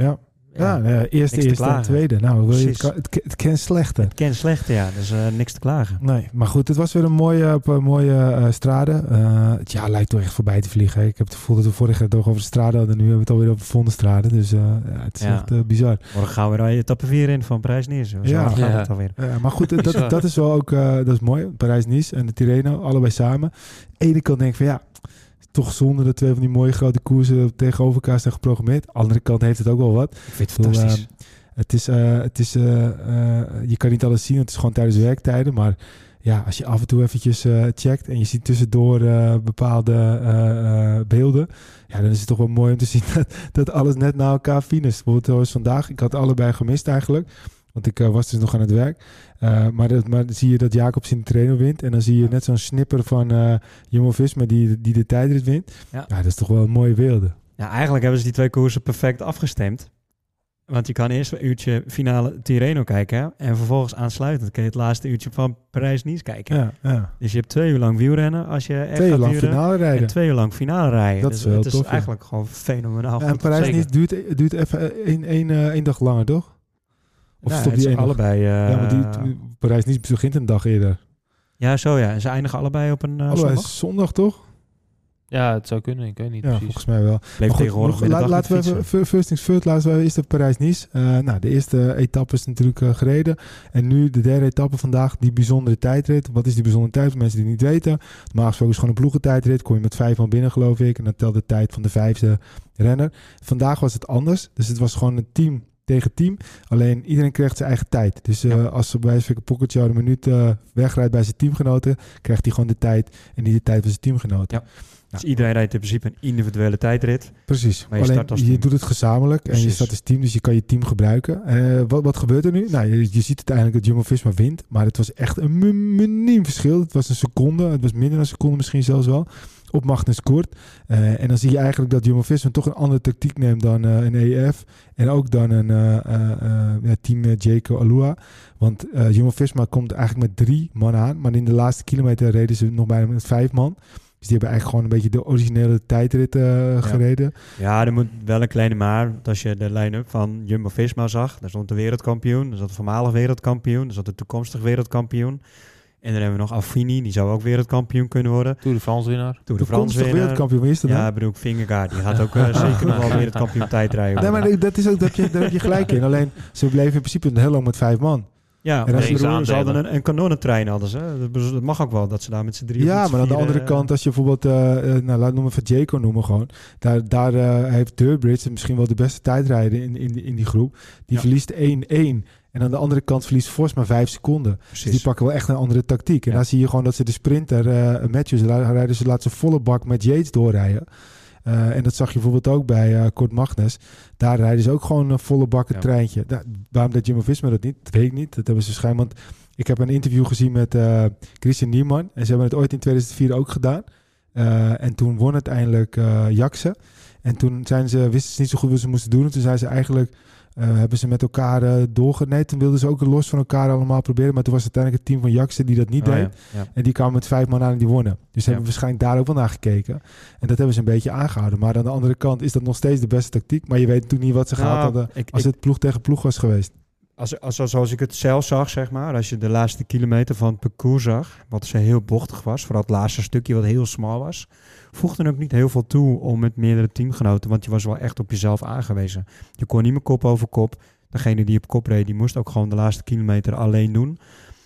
eerste en tweede. Nou, wil je het ken slechter. Het ken slechter, ja. Dus niks te klagen. Nee, maar goed, het was weer een mooie strade. Het lijkt toch echt voorbij te vliegen. Hè? Ik heb het gevoel dat we vorig jaar het over de strade hadden. Nu hebben we het alweer over de Vondelstrade. Dus het is echt bizar. Morgen gaan we rijden etappe 4 in van Parijs-Nice. Het alweer. Maar goed, dat is wel ook dat is mooi. Parijs-Nice en de Tirreno, allebei samen. Aan de ene kant denk ik van toch zonde dat 2 van die mooie grote koersen tegenover elkaar zijn geprogrammeerd. Aan de andere kant heeft het ook wel wat. Ik vind het fantastisch. Je kan niet alles zien, het is gewoon tijdens werktijden. Maar ja, als je af en toe eventjes checkt en je ziet tussendoor bepaalde beelden, dan is het toch wel mooi om te zien dat alles net na elkaar finisht. Bijvoorbeeld zoals vandaag, ik had allebei gemist eigenlijk. Want ik was dus nog aan het werk. Maar dan zie je dat Jacobs in de trainer wint. En dan zie je net zo'n snipper van Jumbo-Visma die de tijdrit wint. Ja, dat is toch wel een mooie beelden. Ja, eigenlijk hebben ze die 2 koersen perfect afgestemd. Want je kan eerst een uurtje finale Tirreno kijken. Hè? En vervolgens aansluitend kun je het laatste uurtje van Parijs-Nice kijken. Ja. Dus je hebt 2 uur lang wielrennen als je echt 2 uur lang finale rijden. En 2 uur lang finale rijden. Dat dus is wel het is tof, eigenlijk gewoon fenomenaal. En Parijs-Nice duurt even één dag langer, toch? Of stopt die allebei? maar Parijs-Nice begint een dag eerder. Ja, zo ja. En ze eindigen allebei op een zondag, toch? Ja, het zou kunnen. Ik weet niet precies. Volgens mij wel. Laten we even first things first. Laten we eerst de Parijs-Nice. De eerste etappe is natuurlijk gereden. En nu de derde etappe vandaag. Die bijzondere tijdrit. Wat is die bijzondere tijd voor mensen die het niet weten? Normaal gesproken is gewoon een ploegentijdrit. Kom je met 5 man binnen, geloof ik. En dan telt de tijd van de 5e renner. Vandaag was het anders. Dus het was gewoon een team tegen team. Alleen iedereen kreeg zijn eigen tijd. Dus als ze bij een Pogacar een minuut wegrijdt bij zijn teamgenoten, krijgt hij gewoon de tijd en niet de tijd van zijn teamgenoten. Ja. Dus iedereen rijdt in principe een individuele tijdrit. Precies. Maar je doet het gezamenlijk. Precies. En je start als team, dus je kan je team gebruiken. Wat gebeurt er nu? Nou, je ziet uiteindelijk dat Jumbo-Visma wint. Maar het was echt een miniem verschil. Het was een seconde. Het was minder dan een seconde misschien zelfs wel. Op Magnus Kort. En dan zie je eigenlijk dat Jumbo-Visma toch een andere tactiek neemt dan een EF. En ook dan een team Jayco Alua. Want Jumbo-Visma komt eigenlijk met 3 man aan. Maar in de laatste kilometer reden ze nog bijna met 5 man. Dus die hebben eigenlijk gewoon een beetje de originele tijdrit gereden. Ja, er moet wel een kleine maar. Als je de line-up van Jumbo-Visma zag, daar stond de wereldkampioen, daar zat de voormalig wereldkampioen, daar zat de toekomstig wereldkampioen. En dan hebben we nog Affini, die zou ook wereldkampioen kunnen worden. Tour de France winnaar. Toekomstig wereldkampioen, wie is dat dan? Ja, ik bedoel, Vingegaard, die gaat ook zeker nog wel wereldkampioen tijdrijden. Nee, maar dat is ook, daar heb je gelijk in. Alleen, ze bleven in principe heel lang met 5 man. Ja, en ze hadden een kanonentrein hadden ze. Dat mag ook wel, dat ze daar met z'n 3 Ja, maar aan de andere kant, als je bijvoorbeeld, laat noemen van Jayco noemen gewoon. Daar heeft Durbridge misschien wel de beste tijdrijder in die groep. Die verliest 1-1. En aan de andere kant verliest Vos maar 5 seconden. Precies. Dus die pakken wel echt een andere tactiek. En daar zie je gewoon dat ze de sprinter, Matthews, laten ze volle bak met Yates doorrijden. En dat zag je bijvoorbeeld ook bij Kort Magnus. Daar rijden ze ook gewoon een volle bak een treintje. Waarom deed Jumbo-Visma dat niet? Dat weet ik niet. Dat hebben ze waarschijnlijk. Want ik heb een interview gezien met Christian Niemann. En ze hebben het ooit in 2004 ook gedaan. En toen won uiteindelijk Jakse. En toen wisten ze niet zo goed wat ze moesten doen. En toen zijn ze eigenlijk hebben ze met elkaar doorgenet. Toen wilden ze ook los van elkaar allemaal proberen. Maar toen was het uiteindelijk het team van Jackson die dat niet deed. Ja. En die kwamen met 5 man aan en die wonnen. Dus hebben we waarschijnlijk daar ook wel naar gekeken. En dat hebben ze een beetje aangehouden. Maar aan de andere kant is dat nog steeds de beste tactiek. Maar je weet natuurlijk niet wat ze gehad hadden als het ploeg tegen ploeg was geweest. Zoals ik het zelf zag, zeg maar. Als je de laatste kilometer van het parcours zag. Wat ze heel bochtig was. Vooral het laatste stukje wat heel smal was. Voegde dan ook niet heel veel toe om met meerdere teamgenoten. Want je was wel echt op jezelf aangewezen. Je kon niet meer kop over kop. Degene die op kop reed, die moest ook gewoon de laatste kilometer alleen doen.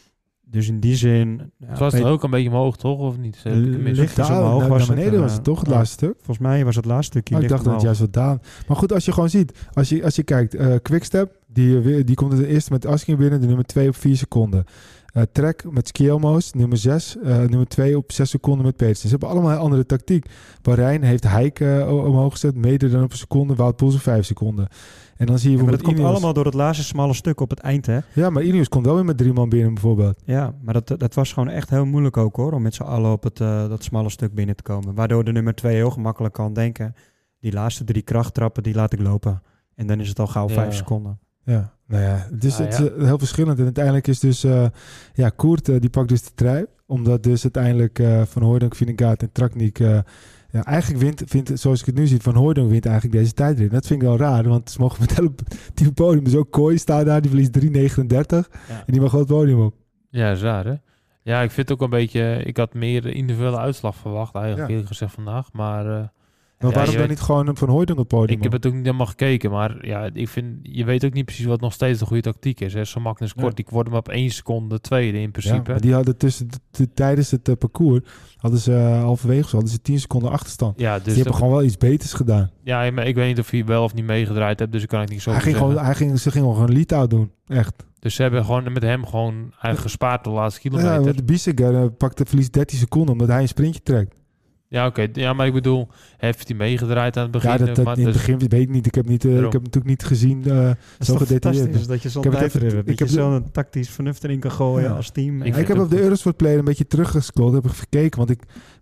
Dus in die zin... Het was toch ook een beetje omhoog, toch? Of niet? Licht omhoog was naar beneden was het toch, het laatste stuk? Volgens mij was het laatste stukje ik dacht dat het juist wat daan. Maar goed, als je gewoon ziet, als je kijkt, Quickstep, die komt het eerste met Asking binnen, de nummer 2 op 4 seconden. Trek met Skielmo's, nummer 6, nummer 2 op 6 seconden met Petersen. Ze hebben allemaal een andere tactiek. Bahrein heeft Heik omhoog gezet, mede dan op een seconde, Wout Poels op 5 seconden. En dan zie je maar dat komt allemaal door het laatste smalle stuk op het eind, hè? Ja, maar Ineos komt wel weer met 3 man binnen bijvoorbeeld. Ja, maar dat was gewoon echt heel moeilijk ook, hoor. Om met z'n allen op dat smalle stuk binnen te komen. Waardoor de nummer 2 heel gemakkelijk kan denken. Die laatste 3 krachttrappen, die laat ik lopen. En dan is het al gauw 5 seconden. Ja, nou ja, dus het is heel verschillend. En uiteindelijk is dus, Koert, die pakt dus de trui. Omdat dus uiteindelijk Van Hooijdonk, Vingegaard en Traknik... eigenlijk vindt, zoals ik het nu zie, Van Hooijdonk wint eigenlijk deze tijdrit. Dat vind ik wel raar, want ze mogen met op het podium. Dus ook Kooi staat daar, die verliest 3,39. En die mag wel het podium op. Ja, dat is raar, hè? Ja, ik vind het ook een beetje... Ik had meer individuele uitslag verwacht, eigenlijk eerlijk gezegd vandaag. Maar waarom dan niet gewoon Van Hooijdonk op het podium? Ik heb het ook niet helemaal gekeken, maar ja, ik vind... Je weet ook niet precies wat nog steeds de goede tactiek is. Hè? Zo Magnus Kort, die worden maar op 1 seconde tweede in principe. Ja, maar die hadden tijdens het parcours... hadden ze halverwege hadden ze 10 seconden achterstand. Ja, dus die hebben gewoon wel iets beters gedaan. Ja, maar ik weet niet of hij wel of niet meegedraaid hebt, dus ik kan het niet zo zeggen. Ze gingen gewoon een lead-out doen, echt. Dus ze hebben gewoon met hem gewoon eigenlijk gespaard de laatste kilometer. Ja, want de Bissegger verliest 13 seconden omdat hij een sprintje trekt. Ja, oké. Ja, maar ik bedoel, heeft hij meegedraaid aan het begin? Ja, in het begin weet ik niet. Ik heb natuurlijk niet gezien zo gedetailleerd. Het is dat je zo'n tijdrit hebt. Dat je zo'n tactisch vernuft erin kan gooien als team. Ik heb op de Eurosport Player een beetje teruggescrollt. Heb ik gekeken, want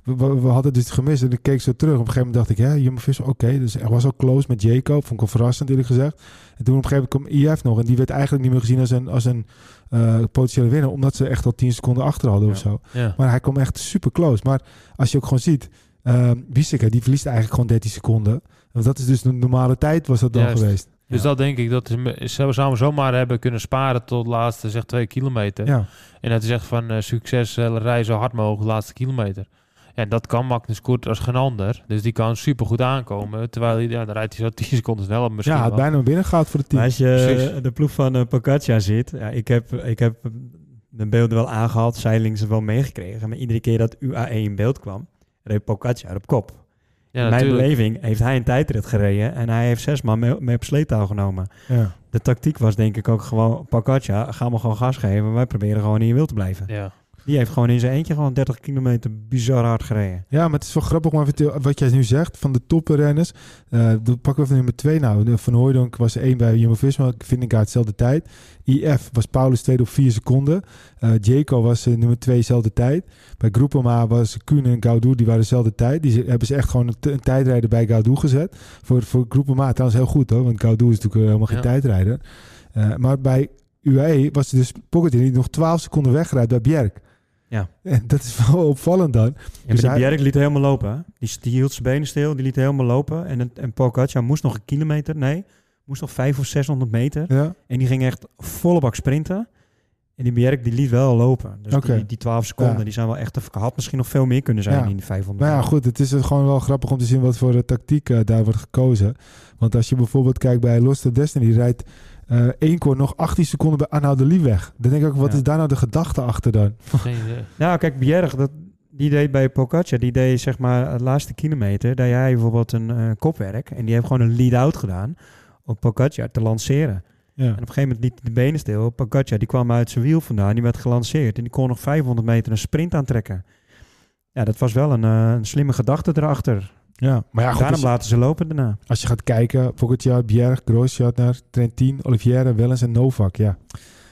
we hadden het dus gemist. En ik keek zo terug. Op een gegeven moment dacht ik, Jumbo-Visma, oké. Dus er was al close met Jacob. Vond ik al verrassend, eerlijk gezegd. En toen op een gegeven moment kwam IF nog. En die werd eigenlijk niet meer gezien als een potentiële winnaar. Omdat ze echt al 10 seconden achter hadden of zo. Ja. Maar hij kwam echt super close. Maar als je ook gewoon ziet... Bissegger, die verliest eigenlijk gewoon 13 seconden. Want dat is dus de normale tijd was dat dan geweest. Dus dat denk ik, dat ze samen zomaar hebben kunnen sparen tot de laatste, zeg 2 kilometer. Ja. En dat is echt van succes, rij zo hard mogelijk de laatste kilometer. Ja, dat kan Magnus Kort als geen ander. Dus die kan super goed aankomen. Terwijl dan rijdt hij zo 10 seconden sneller misschien. Ja, het bijna binnen gaat voor het team. Maar als je de ploeg van Pogacar ziet. Ja, ik heb de beelden wel aangehaald, zijlings wel meegekregen. Maar iedere keer dat UAE in beeld kwam, reed Pogacar op kop. Ja, in mijn beleving heeft hij een tijdrit gereden en hij heeft 6 man mee op sleeptouw genomen. Ja. De tactiek was denk ik ook gewoon, Pogacar, gaan we gewoon gas geven. Wij proberen gewoon in je wiel te blijven. Ja. Die heeft gewoon in zijn eentje gewoon 30 kilometer bizar hard gereden. Ja, maar het is wel grappig om even wat jij nu zegt van de toppenrenners. Dan pakken we even nummer 2 nou. Van Hooijdonk was 1 bij Jumbo-Visma. Vingegaard dezelfde tijd. IF was Paulus tweede op 4 seconden. Jaco was nummer 2 dezelfde tijd. Bij Groupama was Kuhn en Gaudu, die waren dezelfde tijd. Die hebben ze echt gewoon een tijdrijder bij Gaudu gezet. Voor Groupama trouwens heel goed hoor. Want Gaudu is natuurlijk helemaal geen tijdrijder. Maar bij UAE was het dus Pogacar die nog 12 seconden wegrijdt bij Bjerg. Ja. En dat is wel opvallend dan. Ja, dus Bjerg liet helemaal lopen. Hè? Die hield zijn benen stil, die liet helemaal lopen. En Pogacar moest nog een kilometer, moest nog 500 of 600 meter. Ja. En die ging echt volle bak sprinten. En die Bjerg die liet wel lopen. Dus die 12 seconden, die zijn wel echt... had misschien nog veel meer kunnen zijn in die 500 meter. Maar ja, goed, het is gewoon wel grappig om te zien wat voor tactiek daar wordt gekozen. Want als je bijvoorbeeld kijkt bij Lost of Destiny, die rijdt 1 keer nog 18 seconden bij Arnaud de Lie weg. Dan denk ik ook, wat is daar nou de gedachte achter dan? Nou, kijk, Bjerg, die deed bij Pogacar, die deed zeg maar het laatste kilometer, deed hij bijvoorbeeld een kopwerk en die heeft gewoon een lead-out gedaan om Pogacar te lanceren. Ja. En op een gegeven moment liet hij de benen stil. Pogacar, die kwam uit zijn wiel vandaan, die werd gelanceerd en die kon nog 500 meter een sprint aantrekken. Ja, dat was wel een slimme gedachte erachter. Ja, maar ja, goed, daarom laten ze lopen daarna. Als je gaat kijken, Pogacar, Bjerg, Grosjean, Trentin, Oliveira, Wellens en Novak, ja.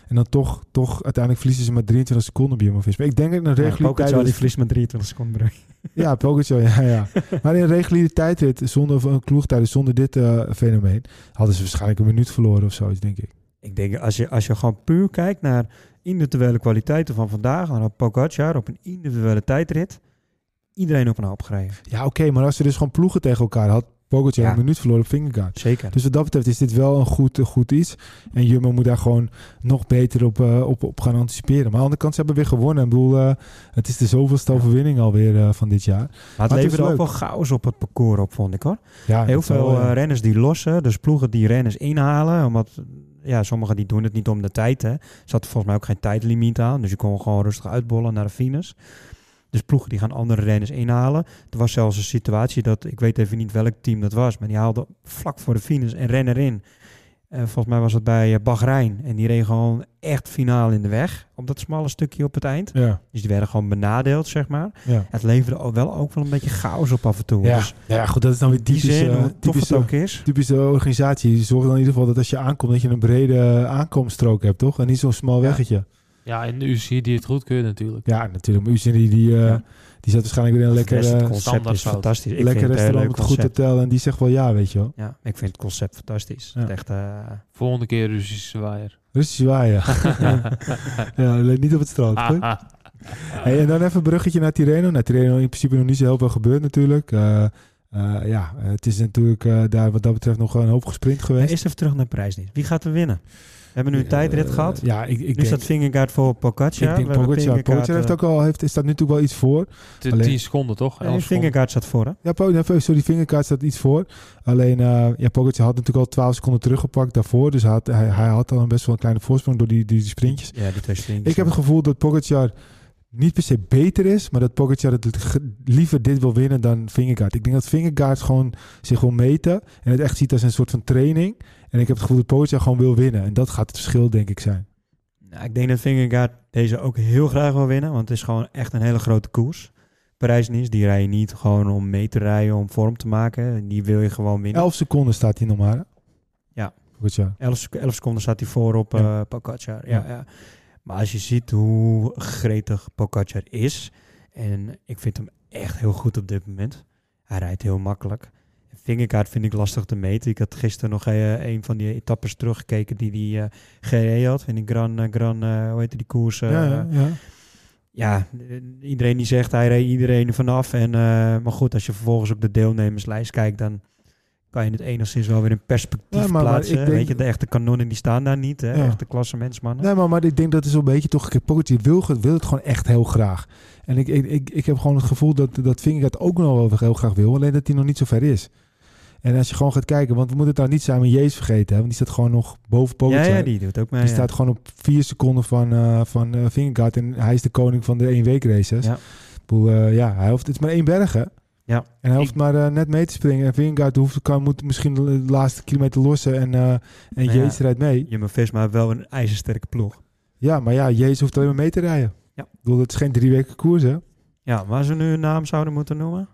En dan toch uiteindelijk verliezen ze maar 23 seconden bij Jumbo-Visma. Ik denk dat een reguliere Pogacar die verliest met 23 seconden. Ja, Pogacar, ja. Maar in een reguliere tijdrit, een ploegtijd zonder dit fenomeen, hadden ze waarschijnlijk een minuut verloren of zoiets, denk ik. Ik denk, als je gewoon puur kijkt naar individuele kwaliteiten van vandaag, dan had Pogacar op een individuele tijdrit iedereen op een hoop gereden. Ja, oké, maar als ze dus gewoon ploegen tegen elkaar had, Pogacar een minuut verloren op Vingegaard. Zeker. Dus wat dat betreft is dit wel een goed iets. En Jumbo moet daar gewoon nog beter op gaan anticiperen. Maar aan de andere kant, ze hebben weer gewonnen. Ik bedoel, het is de zoveelste overwinning alweer van dit jaar. Maar het leverde ook wel chaos op het parcours op, vond ik hoor. Ja, heel veel renners die lossen, dus ploegen die renners inhalen, omdat sommigen die doen het niet om de tijd. Hè. Er zat volgens mij ook geen tijdlimiet aan, dus je kon gewoon rustig uitbollen naar de finish. Dus ploegen die gaan andere renners inhalen. Er was zelfs een situatie dat, ik weet even niet welk team dat was, maar die haalde vlak voor de finish een renner in. Volgens mij was het bij Bahrein. En die reed gewoon echt finaal in de weg op dat smalle stukje op het eind. Ja. Dus die werden gewoon benadeeld, zeg maar. Ja. Het leverde ook wel een beetje chaos op af en toe. Ja, dus ja goed, dat is dan weer typische organisatie. Die zorgt dan in ieder geval dat als je aankomt, dat je een brede aankomststrook hebt, toch? En niet zo'n smal weggetje. Ja, en de UCI die het goedkeurt natuurlijk. Ja, natuurlijk. Maar UCI die zat waarschijnlijk weer in een lekker... Het concept is fantastisch. Lekker restaurant met een goed hotel. En die zegt wel ja, weet je wel. Ja, ik vind het concept fantastisch. Ja. Het echt, volgende keer Russische waaier. Russische waaier. Ja, niet op het strand. Hey, en dan even een bruggetje naar Tirreno. Nou, Tirreno in principe nog niet zo heel veel gebeurd natuurlijk. Het is natuurlijk daar wat dat betreft nog een hoop gesprint geweest. Eerst even terug naar Parijs-Nice. Wie gaat er winnen? We hebben nu een tijdrit gehad. Ja, ik nu denk, staat Vingegaard voor Pogacar. Ik denk Pogacar heeft ook al, staat nu natuurlijk wel iets voor. 10 seconden toch? Vingegaard staat voor, hè? Ja, Vingegaard staat iets voor. Alleen, Pogacar had natuurlijk al 12 seconden teruggepakt daarvoor. Dus hij had al best wel een kleine voorsprong door die sprintjes. Ja, die 2 sprintjes. Ik heb het gevoel dat Pogacar niet per se beter is, maar dat Pogacar het liever dit wil winnen dan Vingegaard. Ik denk dat Vingegaard gewoon zich wil meten en het echt ziet als een soort van training. En ik heb het gevoel dat Pogacar gewoon wil winnen. En dat gaat het verschil, denk ik, zijn. Nou, ik denk dat Vingegaard deze ook heel graag wil winnen, want het is gewoon echt een hele grote koers. Parijs-Nice, die rij je niet gewoon om mee te rijden, om vorm te maken. Die wil je gewoon winnen. 11 seconden staat hij nog maar. Hè? Ja. Pogacar. 11 seconden staat hij voor op Pogacar. Ja. Maar als je ziet hoe gretig Pogacar is, en ik vind hem echt heel goed op dit moment. Hij rijdt heel makkelijk. Vingegaard vind ik lastig te meten. Ik had gisteren nog een van die etappes teruggekeken die gereden had. In die hoe heet die koers? Ja, iedereen die zegt hij reed iedereen vanaf. Maar goed, als je vervolgens op de deelnemerslijst kijkt, dan kan je het enigszins wel weer in perspectief plaatsen. Maar weet je, de echte kanonnen die staan daar niet. Hè? Echte klassementsmannen. Nee, maar ik denk dat het zo'n beetje toch... Pogacar wil het gewoon echt heel graag. En ik heb gewoon het gevoel dat Vingegaard ook nog wel heel graag wil. Alleen dat hij nog niet zo ver is. En als je gewoon gaat kijken, want we moeten het nou niet Simon Yates vergeten, hè, want die staat gewoon nog boven Pogacar. Ja, die doet ook mee. Die staat gewoon op 4 seconden van Vingegaard en hij is de koning van de 1 week races. Ja. Het is maar 1 berg, hè? Ja. En hij hoeft maar net mee te springen. En Vingegaard moet misschien de laatste kilometer lossen en Yates rijdt mee. Jumbo-Visma heeft wel een ijzersterke ploeg. Ja, maar ja, Yates hoeft alleen maar mee te rijden. Ja. Ik bedoel, het is geen 3 weken koers, hè? Ja, maar als we nu een naam zouden moeten noemen?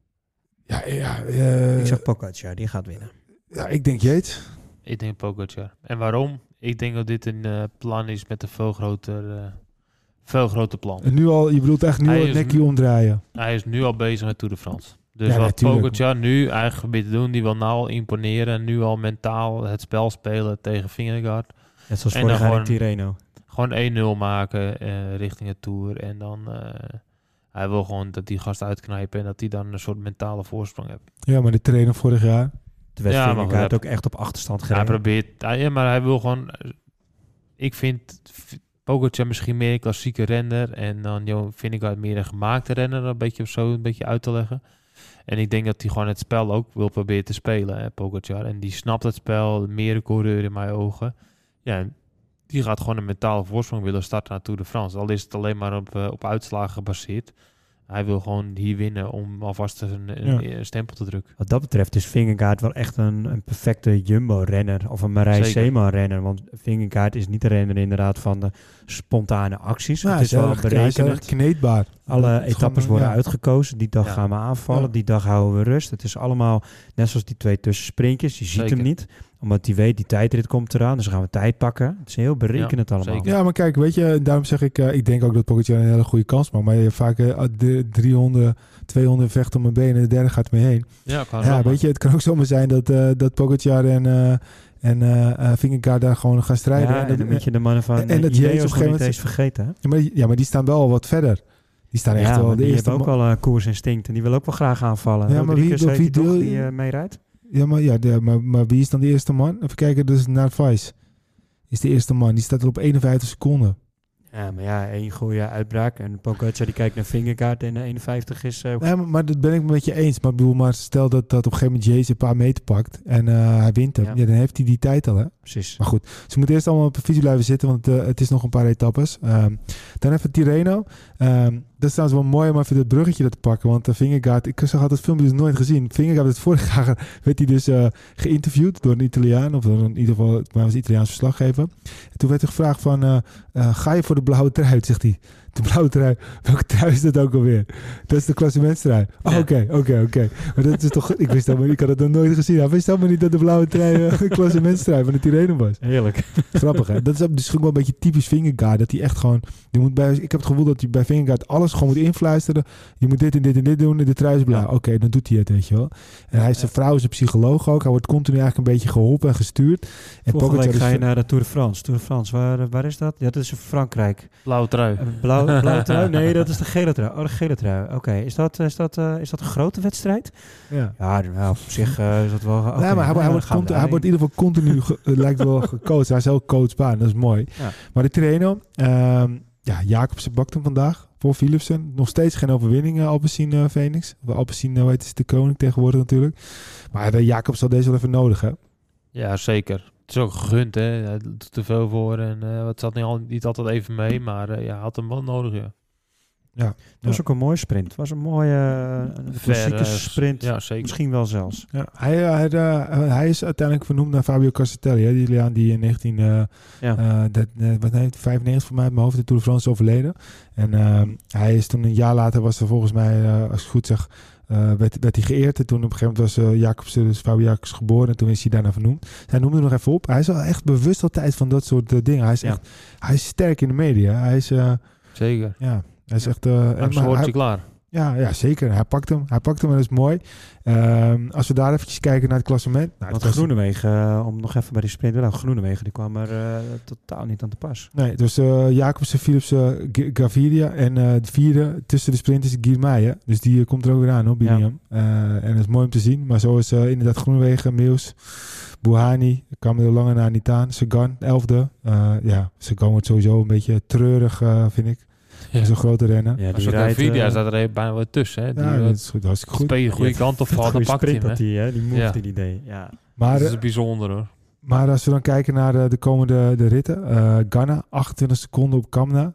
Ik zeg Pogacar, die gaat winnen. Ja, ik denk Yates. Ik denk Pogacar. En waarom? Ik denk dat dit een plan is met een veel groter plan. En nu al, je bedoelt echt nu al het nekje omdraaien. Hij is nu al bezig met Tour de France. Dus wat Pogacar nu eigenlijk probeert te doen, die wil nou al imponeren. En nu al mentaal het spel spelen tegen Vingegaard. Net zoals vorig jaar in Tirreno. Gewoon 1-0 maken richting het Tour. En dan... hij wil gewoon dat die gast uitknijpen en dat hij dan een soort mentale voorsprong heeft. Ja, maar de trainer vorig jaar... Terwijl Vingegaard ook echt op achterstand gereden. Hij probeert... maar hij wil gewoon... Ik vind Pogacar misschien meer een klassieke renner en dan Vingegaard meer een gemaakte renner, een beetje uit te leggen. En ik denk dat hij gewoon het spel ook wil proberen te spelen, hè, Pogacar. En die snapt het spel, meer coureur in mijn ogen. Ja, die gaat gewoon een mentale voorsprong willen starten naar Tour de France. Al is het alleen maar op uitslagen gebaseerd. Hij wil gewoon hier winnen om alvast een stempel te drukken. Wat dat betreft is Vingegaard wel echt een perfecte Jumbo-renner. Of een Marijn Seeman-renner. Want Vingegaard is niet de renner inderdaad van de spontane acties. Nou, het is wel berekend. Kneedbaar. Alle etappes worden uitgekozen. Die dag gaan we aanvallen. Die dag houden we rust. Het is allemaal net zoals die 2 tussensprintjes. Je ziet hem niet. Omdat hij weet, die tijdrit komt eraan. Dus dan gaan we tijd pakken. Het is heel berekenend allemaal. zeker. Ja, maar kijk, weet je, daarom zeg ik... ik denk ook dat Pogacar een hele goede kans maakt. Maar je hebt vaak de 300, 200 vechten om mijn benen. De derde gaat mee heen. Ja, kan Ja, weet je, het kan ook zomaar zijn dat Pogacar en Vingegaard daar gewoon gaan strijden. Ja, en dan moet je de mannen van en dat Ineos Yates op een gegeven niet moment- eens vergeten. Hè? Maar die staan wel al wat verder. Die staan echt wel maar de die eerste... hebben ook wel koersinstinct. En die wil ook wel graag aanvallen. Ja, maar Rodriguez wie heet die toch, deel- die meerijdt? Maar wie is dan de eerste man? Even kijken, dus Narvaez is de eerste man. Die staat er op 51 seconden. Ja, maar ja, één goede uitbraak. En Pogacar die kijkt naar Vingegaard en 51 is... Ja, maar dat ben ik met je eens. Maar ik bedoel, maar stel dat op een gegeven moment Yates een paar meter pakt en hij wint hem. Ja. Ja, dan heeft hij die tijd al, hè? Precies. Maar goed, ze moeten eerst allemaal op de fiets blijven zitten, want het is nog een paar etappes. Dan even Tirreno. Dat is trouwens wel mooi om even dat bruggetje te pakken, want Vingegaard, ik zag altijd filmpjes dus nooit gezien. Vingegaard werd vorig jaar werd hij dus geïnterviewd door een Italiaan, of door in ieder geval, maar was een Italiaans verslaggever. En toen werd er gevraagd van, ga je voor de blauwe trui? Zegt hij. De blauwe trui, welke trui is dat ook alweer? Dat is de klassementstrui. Oh, oké. Maar dat is toch, ik wist helemaal niet, ik had het nog nooit gezien. Hij wist helemaal niet dat de blauwe trui de klassementstrui van de Tirreno was. Heerlijk. Grappig, hè? Dat is misschien wel een beetje typisch Vingegaard. Dat hij echt gewoon... ik heb het gevoel dat hij bij Vingegaard alles gewoon moet influisteren. Je moet dit en dit en dit doen en de trui is blauw. Ja. Oké, dan doet hij het, weet je wel. En hij is zijn vrouw, is een psycholoog ook. Hij wordt continu eigenlijk een beetje geholpen en gestuurd. En Volgende week Pogacar ga je is... naar de Tour de France. Tour de France, waar is dat? Ja, dat is in Frankrijk. Blauwe trui. Blauwe trui? Nee, dat is de gele trui. Oh, de gele trui. Oké, is dat een grote wedstrijd? Ja. Ja, nou, op zich is dat wel... Okay. Nee, maar hij wordt in ieder geval continu lijkt wel gecoacht. Hij is heel coachbaar, dat is mooi. Ja. Maar de Tirreno, Jacobsen bakt hem vandaag voor Philipsen. Nog steeds geen overwinning, Alpecin Phoenix. Alpecin, hoe heet het, de koning tegenwoordig natuurlijk. Maar Jacobs zal deze wel even nodig, hè? Ja, zeker. Het is ook gegund, hè. Hij doet er veel voor en het zat niet altijd even mee, maar hij had hem wel nodig, ja. Ja. Het was ook een mooie sprint. Het was een mooie klassieke sprint. Ja, zeker. Misschien wel zelfs. Ja, hij is uiteindelijk vernoemd naar Fabio Casatelli, hè, die Italiaan die in 1995 voor mij uit mijn hoofd de Tour de France is overleden. En hij is toen een jaar later, was er volgens mij, als ik het goed zeg, werd hij geëerd. En toen op een gegeven moment was Jacobsen, dus Fabio Jacobs, geboren. En toen is hij daarna vernoemd. Hij noemde er nog even op. Hij is wel echt bewust altijd van dat soort dingen. Hij is sterk in de media. Hij is... Zeker. Ja, hij is echt... Hij hoort je klaar. Ja, zeker. Hij pakt hem en dat is mooi. Als we daar eventjes kijken naar het klassement. Nou, Want Groenewegen, om nog even bij die sprint... Nou, Groenewegen, die kwam er totaal niet aan te pas. Nee, dus Jacobsen, Philipsen, Gaviria en de vierde tussen de sprinters is Girmay. Dus die komt er ook weer aan, hoor, Biniam. En dat is mooi om te zien. Maar zo is inderdaad Groenewegen, Meeuws, Bouhanni, kwam er langer naar niet aan. Sagan, 11e. Sagan wordt sowieso een beetje treurig, vind ik. Dat is een grote renner. Ja, die Gaviria staat er bijna wel tussen. Hè? Ja, dat is goed, hartstikke goed. Speel je de goede kant op valt, dan pakt hij hem. Die move die deed. Ja. Maar, dat is bijzonder, hoor. Maar als we dan kijken naar de komende ritten. Ghana, 28 seconden op Kamna.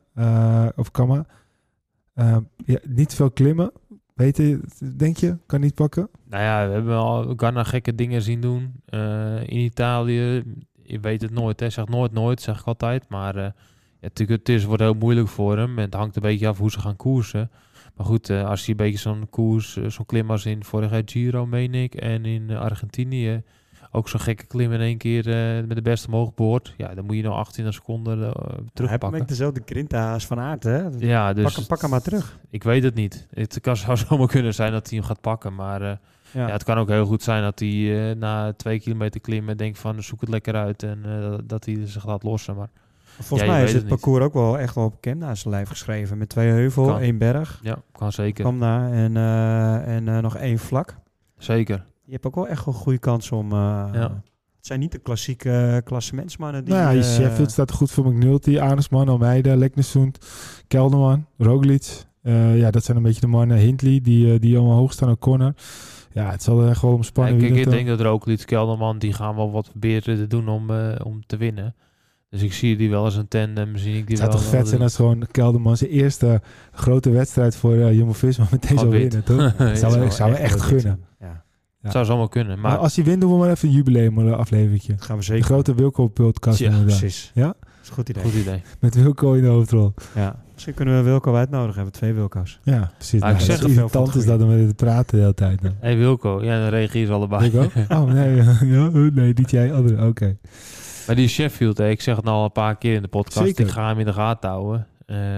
Niet veel klimmen. Weet je, denk je? Kan niet pakken? Nou ja, we hebben al Ghana gekke dingen zien doen. In Italië, je weet het nooit. Hè. Zeg nooit, zeg ik altijd. Maar het wordt heel moeilijk voor hem. En het hangt een beetje af hoe ze gaan koersen. Maar goed, als je een beetje zo'n klim als in vorig jaar Giro, meen ik. En in Argentinië ook zo'n gekke klim in één keer met de beste mogelijk boord. Ja, dan moet je nou 18 seconden terugpakken. Hij heeft dezelfde grinta als Van Aert, hè? Ja, dus pak hem maar terug. Ik weet het niet. Het zou zomaar kunnen zijn dat hij hem gaat pakken. Maar het kan ook heel goed zijn dat hij na 2 kilometer klimmen denkt van zoek het lekker uit. En dat hij zich laat lossen. Maar volgens mij is het parcours ook wel echt wel op Kemna zijn lijf geschreven. Met 2 heuvel, 1 berg. Ja, kan zeker. Kemna en nog 1 vlak. Zeker. Je hebt ook wel echt een goede kans om... Het zijn niet de klassieke klassementsmannen die... Nou ja, Sheffield staat er goed voor. McNulty, Arnesman, Almeida, Leknesund, Kelderman, Roglic. Dat zijn een beetje de mannen. Hindley, die allemaal hoog staan op corner. Ja, het zal er echt wel om spannen. Ja, ik denk dat Roglic, Kelderman, die gaan wel wat proberen te doen om te winnen. Dus ik zie die wel als een tandem. Zie ik die het zou wel toch vet zijn als gewoon Kelderman zijn eerste grote wedstrijd voor Jumbo-Visma meteen zou winnen, toch? Dat zou echt gunnen. Ja. Het zou zomaar kunnen. Maar als hij wint, doen we maar even een jubileum afleveringje. Dat gaan we zeker. De grote Wilco podcast. Ja, precies. Ja? Dat is een goed idee. Goed idee. Met Wilco in de hoofdrol. Ja. Misschien kunnen we Wilco uitnodigen. We hebben 2 Wilco's. Ja, precies. Maar ik zeg het veel van irritant het is dat we met het praten de hele tijd. Dan. Hey Wilco, ja, dan reageer ze allebei. Ik ook? Oh, nee. Ja, nee, niet jij. Andere. Oké. Maar die Sheffield, ik zeg het al een paar keer in de podcast. Zeker. Ik ga hem in de gaten houden.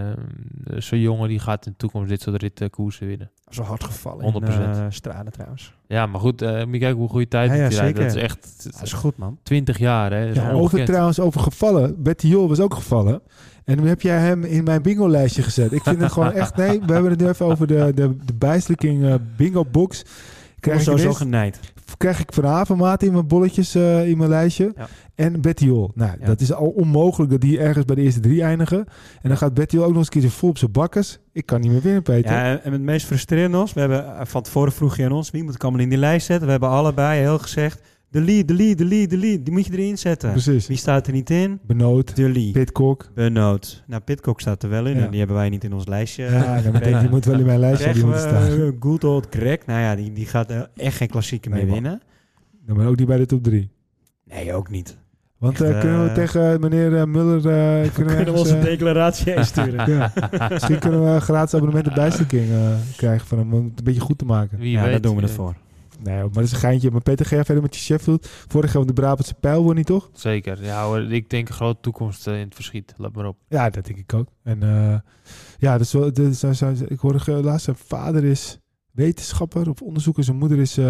Zo'n jongen die gaat in de toekomst dit soort ritkoersen winnen. Zo hard gevallen 100%. in Strade trouwens. Ja, maar goed, moet je kijken hoe goede tijd Ja, hij rijdt. zeker. Dat is echt Dat is goed, man. 20 jaar, hè. Dat is Ja, ongekend. over gevallen. Betty Jol was ook gevallen. En nu heb jij hem in mijn bingo-lijstje gezet. Ik vind het gewoon echt... Nee, we hebben het nu even over de bijslikking bingo-box. Ik ben sowieso ineens- genijd. krijg ik vanavond maat in mijn bolletjes in mijn lijstje. Ja. En Betty Jol. Nou, Ja. dat is al onmogelijk dat die ergens bij de eerste 3 eindigen. En dan gaat Betty Jol ook nog eens een keer vol op zijn bakkers. Ik kan niet meer winnen, Peter. Ja, en het meest frustrerende ons, we hebben van tevoren vroeg je aan ons, wie moet ik allemaal in die lijst zetten? We hebben allebei heel gezegd, de lead, die moet je erin zetten. Precies. Wie staat er niet in? Benoot, De lead. Pitcock. Benoot. Nou, Pitcock staat er wel in Ja. en die hebben wij niet in ons lijstje. Ja, dan meteen, die moet wel in mijn lijstje die Krijgen moeten staan. we good old Greg. Nou ja, die gaat echt geen klassieker Nee, meer man. winnen. Dan maar ook niet bij de top 3. Nee, ook niet. Want Echt, kunnen we tegen meneer Muller... kunnen we ergens, declaratie insturen. ja. Misschien kunnen we een gratis abonnement op bijslikking krijgen van hem. Om het een beetje goed te maken. Wie Ja, weet. daar doen we het voor. Nee, maar dat is een geintje. Maar Peter, ga jij verder met je Sheffield? Vorig jaar de Brabantse pijl won niet, toch? Zeker. Ja, hoor, ik denk een grote toekomst in het verschiet. Let maar op. Ja, dat denk ik ook. En ja, dus, ik hoorde laatst, zijn vader is wetenschapper of onderzoeker. Zijn moeder is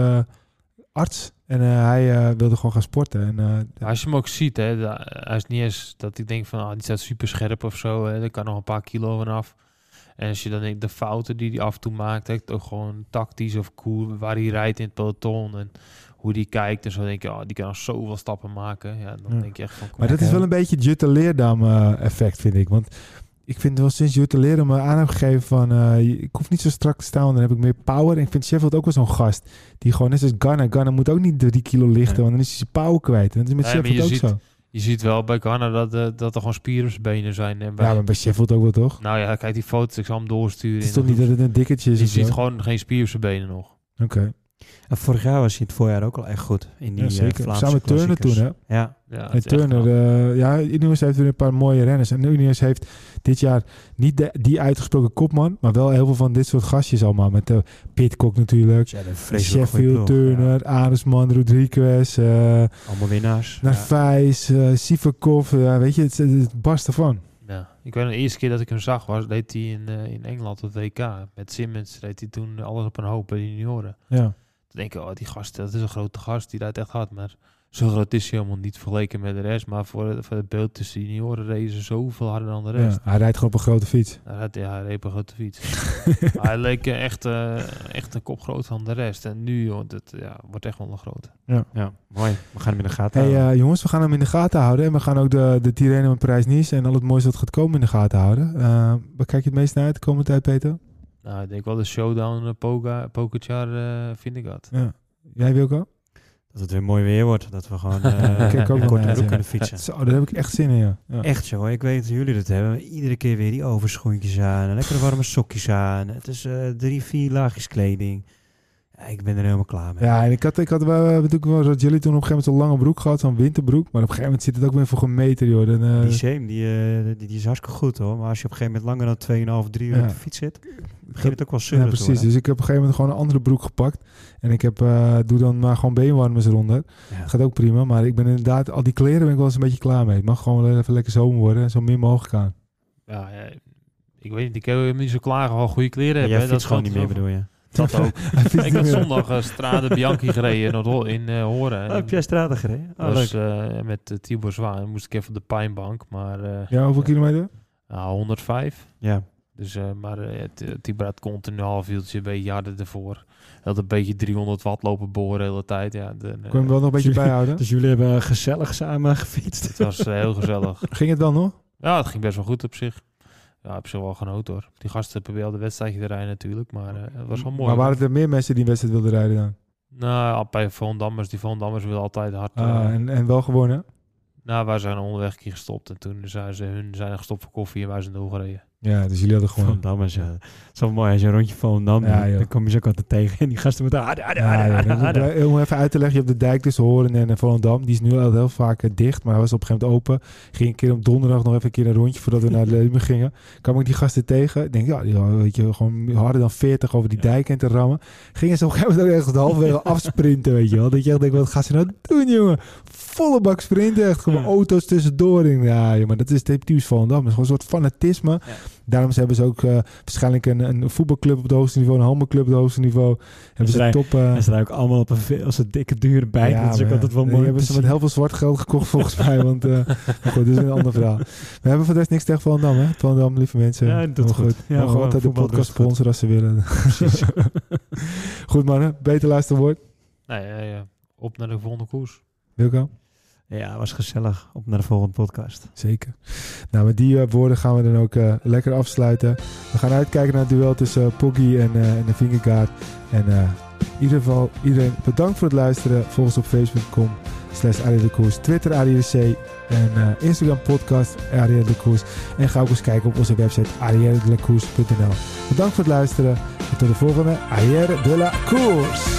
arts. En hij wilde gewoon gaan sporten. En, Als je hem ook ziet, hè, hij is niet eens dat ik denk van, die staat super scherp of zo. Hè, er kan nog een paar kilo vanaf. En als je dan denkt, de fouten die hij af en toe maakt, hè, ook gewoon tactisch of cool, waar hij rijdt in het peloton en hoe die kijkt en zo, denk je, die kan nog zoveel stappen maken. Ja, dan Ja. denk je echt van, kom maar dat op. is wel een beetje het Jutta Leerdam effect, vind ik. Want ik vind wel sinds Jutta Leerdam me aan heeft gegeven van... ik hoef niet zo strak te staan, want dan heb ik meer power. En ik vind Sheffield ook wel zo'n gast. Die gewoon net als Ghana. Ghana moet ook niet 3 kilo lichten, Nee. want dan is hij zijn power kwijt. En dat is met Nee, maar Sheffield je ook zo. Je ziet wel bij Ghana dat er gewoon spieren op zijn benen zijn. En bij, Ja, maar bij Sheffield ook wel, toch? nou ja, kijk die foto's, ik zal hem doorsturen. Het is toch niet dat het een dikketje is Je of zo? ziet gewoon geen spier op zijn benen nog. Oké. En vorig jaar was hij het voorjaar ook al echt goed. In die Ja, zeker. Vlaamse Samen met Turner toen, klassiekers. hè? Ja. Ja, het En is echt Turner, knap. ja, Ineos heeft weer een paar mooie renners. En Ineos heeft dit jaar niet die uitgesproken kopman, maar wel heel veel van dit soort gastjes allemaal. Met Pitcock natuurlijk, Ja, een vreselijk goede Sheffield, ploeg. Turner, Aresman, Rodriguez, Ja. Allemaal winnaars. Narvaez, Sivakov. Weet je, het barst ervan. Ja. Ik weet nog, de eerste keer dat ik hem zag, deed hij in Engeland op WK. Met Simmons deed hij toen alles op een hoop bij de junioren. Ja. Toen denk ik, die gast, dat is een grote gast, die rijdt echt hard. Maar zo groot is hij helemaal niet vergeleken met de rest. Maar voor het beeld tussen de junioren reden ze zoveel harder dan de rest. Ja, hij rijdt gewoon op een grote fiets. Hij reed op een grote fiets. Maar hij leek echt een kop groter dan de rest. En nu, joh, wordt echt wel een grote. Ja, mooi. We gaan hem in de gaten Hey, houden. jongens, we gaan hem in de gaten houden. En we gaan ook de Tirreno en Parijs-Nice en al het mooiste dat gaat komen in de gaten houden. Waar kijk je het meest naar uit de komende tijd, Peter? Nou, ik denk wel de showdown Pogacar vind ik dat. Ja. Jij, Wilco? Dat het weer mooi weer wordt. Dat we gewoon Kijk ook wel kort naar en broek uit, kunnen fietsen. Zo, daar heb ik echt zin in, ja. Echt zo. Ik weet dat jullie dat hebben. Iedere keer weer die overschoentjes aan. Lekkere warme sokjes aan. Het is 3-4 laagjes kleding. Ja, ik ben er helemaal klaar mee. Ja, en we hebben natuurlijk wel zoals jullie toen op een gegeven moment zo'n lange broek gehad, zo'n winterbroek. Maar op een gegeven moment zit het ook weer voor gemeten, joh. Dan, Die Seem, die is hartstikke goed hoor. Maar als je op een gegeven moment langer dan 2,5, 3 uur Ja. op de fiets zit, begint het ook wel ja, zeuren te precies. worden. Dus ik heb op een gegeven moment gewoon een andere broek gepakt. En ik doe dan maar gewoon beenwarmers eronder. Ja. Dat gaat ook prima. Maar ik ben inderdaad, al die kleren ben ik wel eens een beetje klaar mee. Het mag gewoon wel even lekker zomer worden en zo min mogelijk aan. Ja, ik weet niet, ik heb hem niet zo klaar al goede kleren Maar hebben. jij hè. fietst gewoon is niet meer, wel- bedoel je? Dat ook. Hij fietst Ik niet had meer. zondag Strade Bianchi gereden in Horen. Oh, heb jij straten gereden? Oh, Dat was leuk. met Tibor Zwaan. Moest ik even op de pijnbank. Maar Ja, hoeveel kilometer? 105. Ja. Dus, maar Tibor had continu een half uurtje een beetje harder ervoor. Hij had een beetje 300 watt lopen boren de hele tijd. Ja, Kon je hem wel nog een beetje Jullie- bijhouden? Dus jullie hebben gezellig samen gefietst. het was heel gezellig. Ging het wel nog? Ja, het ging best wel goed op zich. Ja, op zich wel genoten hoor. Die gasten probeerden de wedstrijdje te rijden natuurlijk. Maar het was wel mooi. Maar waren er meer mensen die een wedstrijd wilden rijden dan? Nou, bij Volendamers. Die Volendamers willen altijd hard. En wel gewonnen? Nou, wij zijn onderweg een keer gestopt. En toen zijn hun gestopt voor koffie en wij zijn doorgereden. Ja, dus jullie hadden gewoon... Volendam is... het is wel mooi als je een rondje Volendam doet. Dan kom je ze ook altijd tegen. En die gasten moeten harder. Om even uit te leggen, je hebt de dijk tussen Hoorn en Volendam. Die is nu al heel vaak dicht, maar hij was op een gegeven moment open. Ging een keer op donderdag nog even een keer een rondje voordat we naar Leumen gingen. Kwam ik die gasten tegen. Ik denk, weet je, gewoon harder dan 40 over die dijk in te rammen. Gingen ze op een gegeven moment ook echt halverwege afsprinten, weet je wel. Dat je echt denkt, wat gaan ze nou doen, jongen? Volle bak sprinten, echt gewoon auto's tussendoor. Ja, maar dat is typisch Volendam. Dat is gewoon een soort fanatisme. Ja. Daarom hebben ze ook waarschijnlijk een voetbalclub op het hoogste niveau, een handbalclub op het hoogste niveau. Hebben ze top... En ze ook allemaal op een dikke dure bike. Ja, dat is ook altijd wel mooi. Hebben ze met heel veel zwart geld gekocht volgens mij. Want goed, dit is een ander verhaal. We hebben voor de rest niks tegen Volendam, hè? Volendam, lieve mensen. Ja, dat doet goed. Ja, mogen altijd de podcast sponsoren als ze willen. Precies. Goed, mannen. Beter laatste woord. Nee, op naar de volgende koers. Wilco? Ja, was gezellig. Op naar de volgende podcast. Zeker. Nou, met die woorden gaan we dan ook lekker afsluiten. We gaan uitkijken naar het duel tussen Poggi en de Vingegaard. En in ieder geval, iedereen bedankt voor het luisteren. Volg ons op facebook.com/Arielle de Koers, Twitter Arielle C en Instagram podcast Arielle de Koers. En ga ook eens kijken op onze website ariellelekoers.nl. Bedankt voor het luisteren en tot de volgende Arielle de la Koers.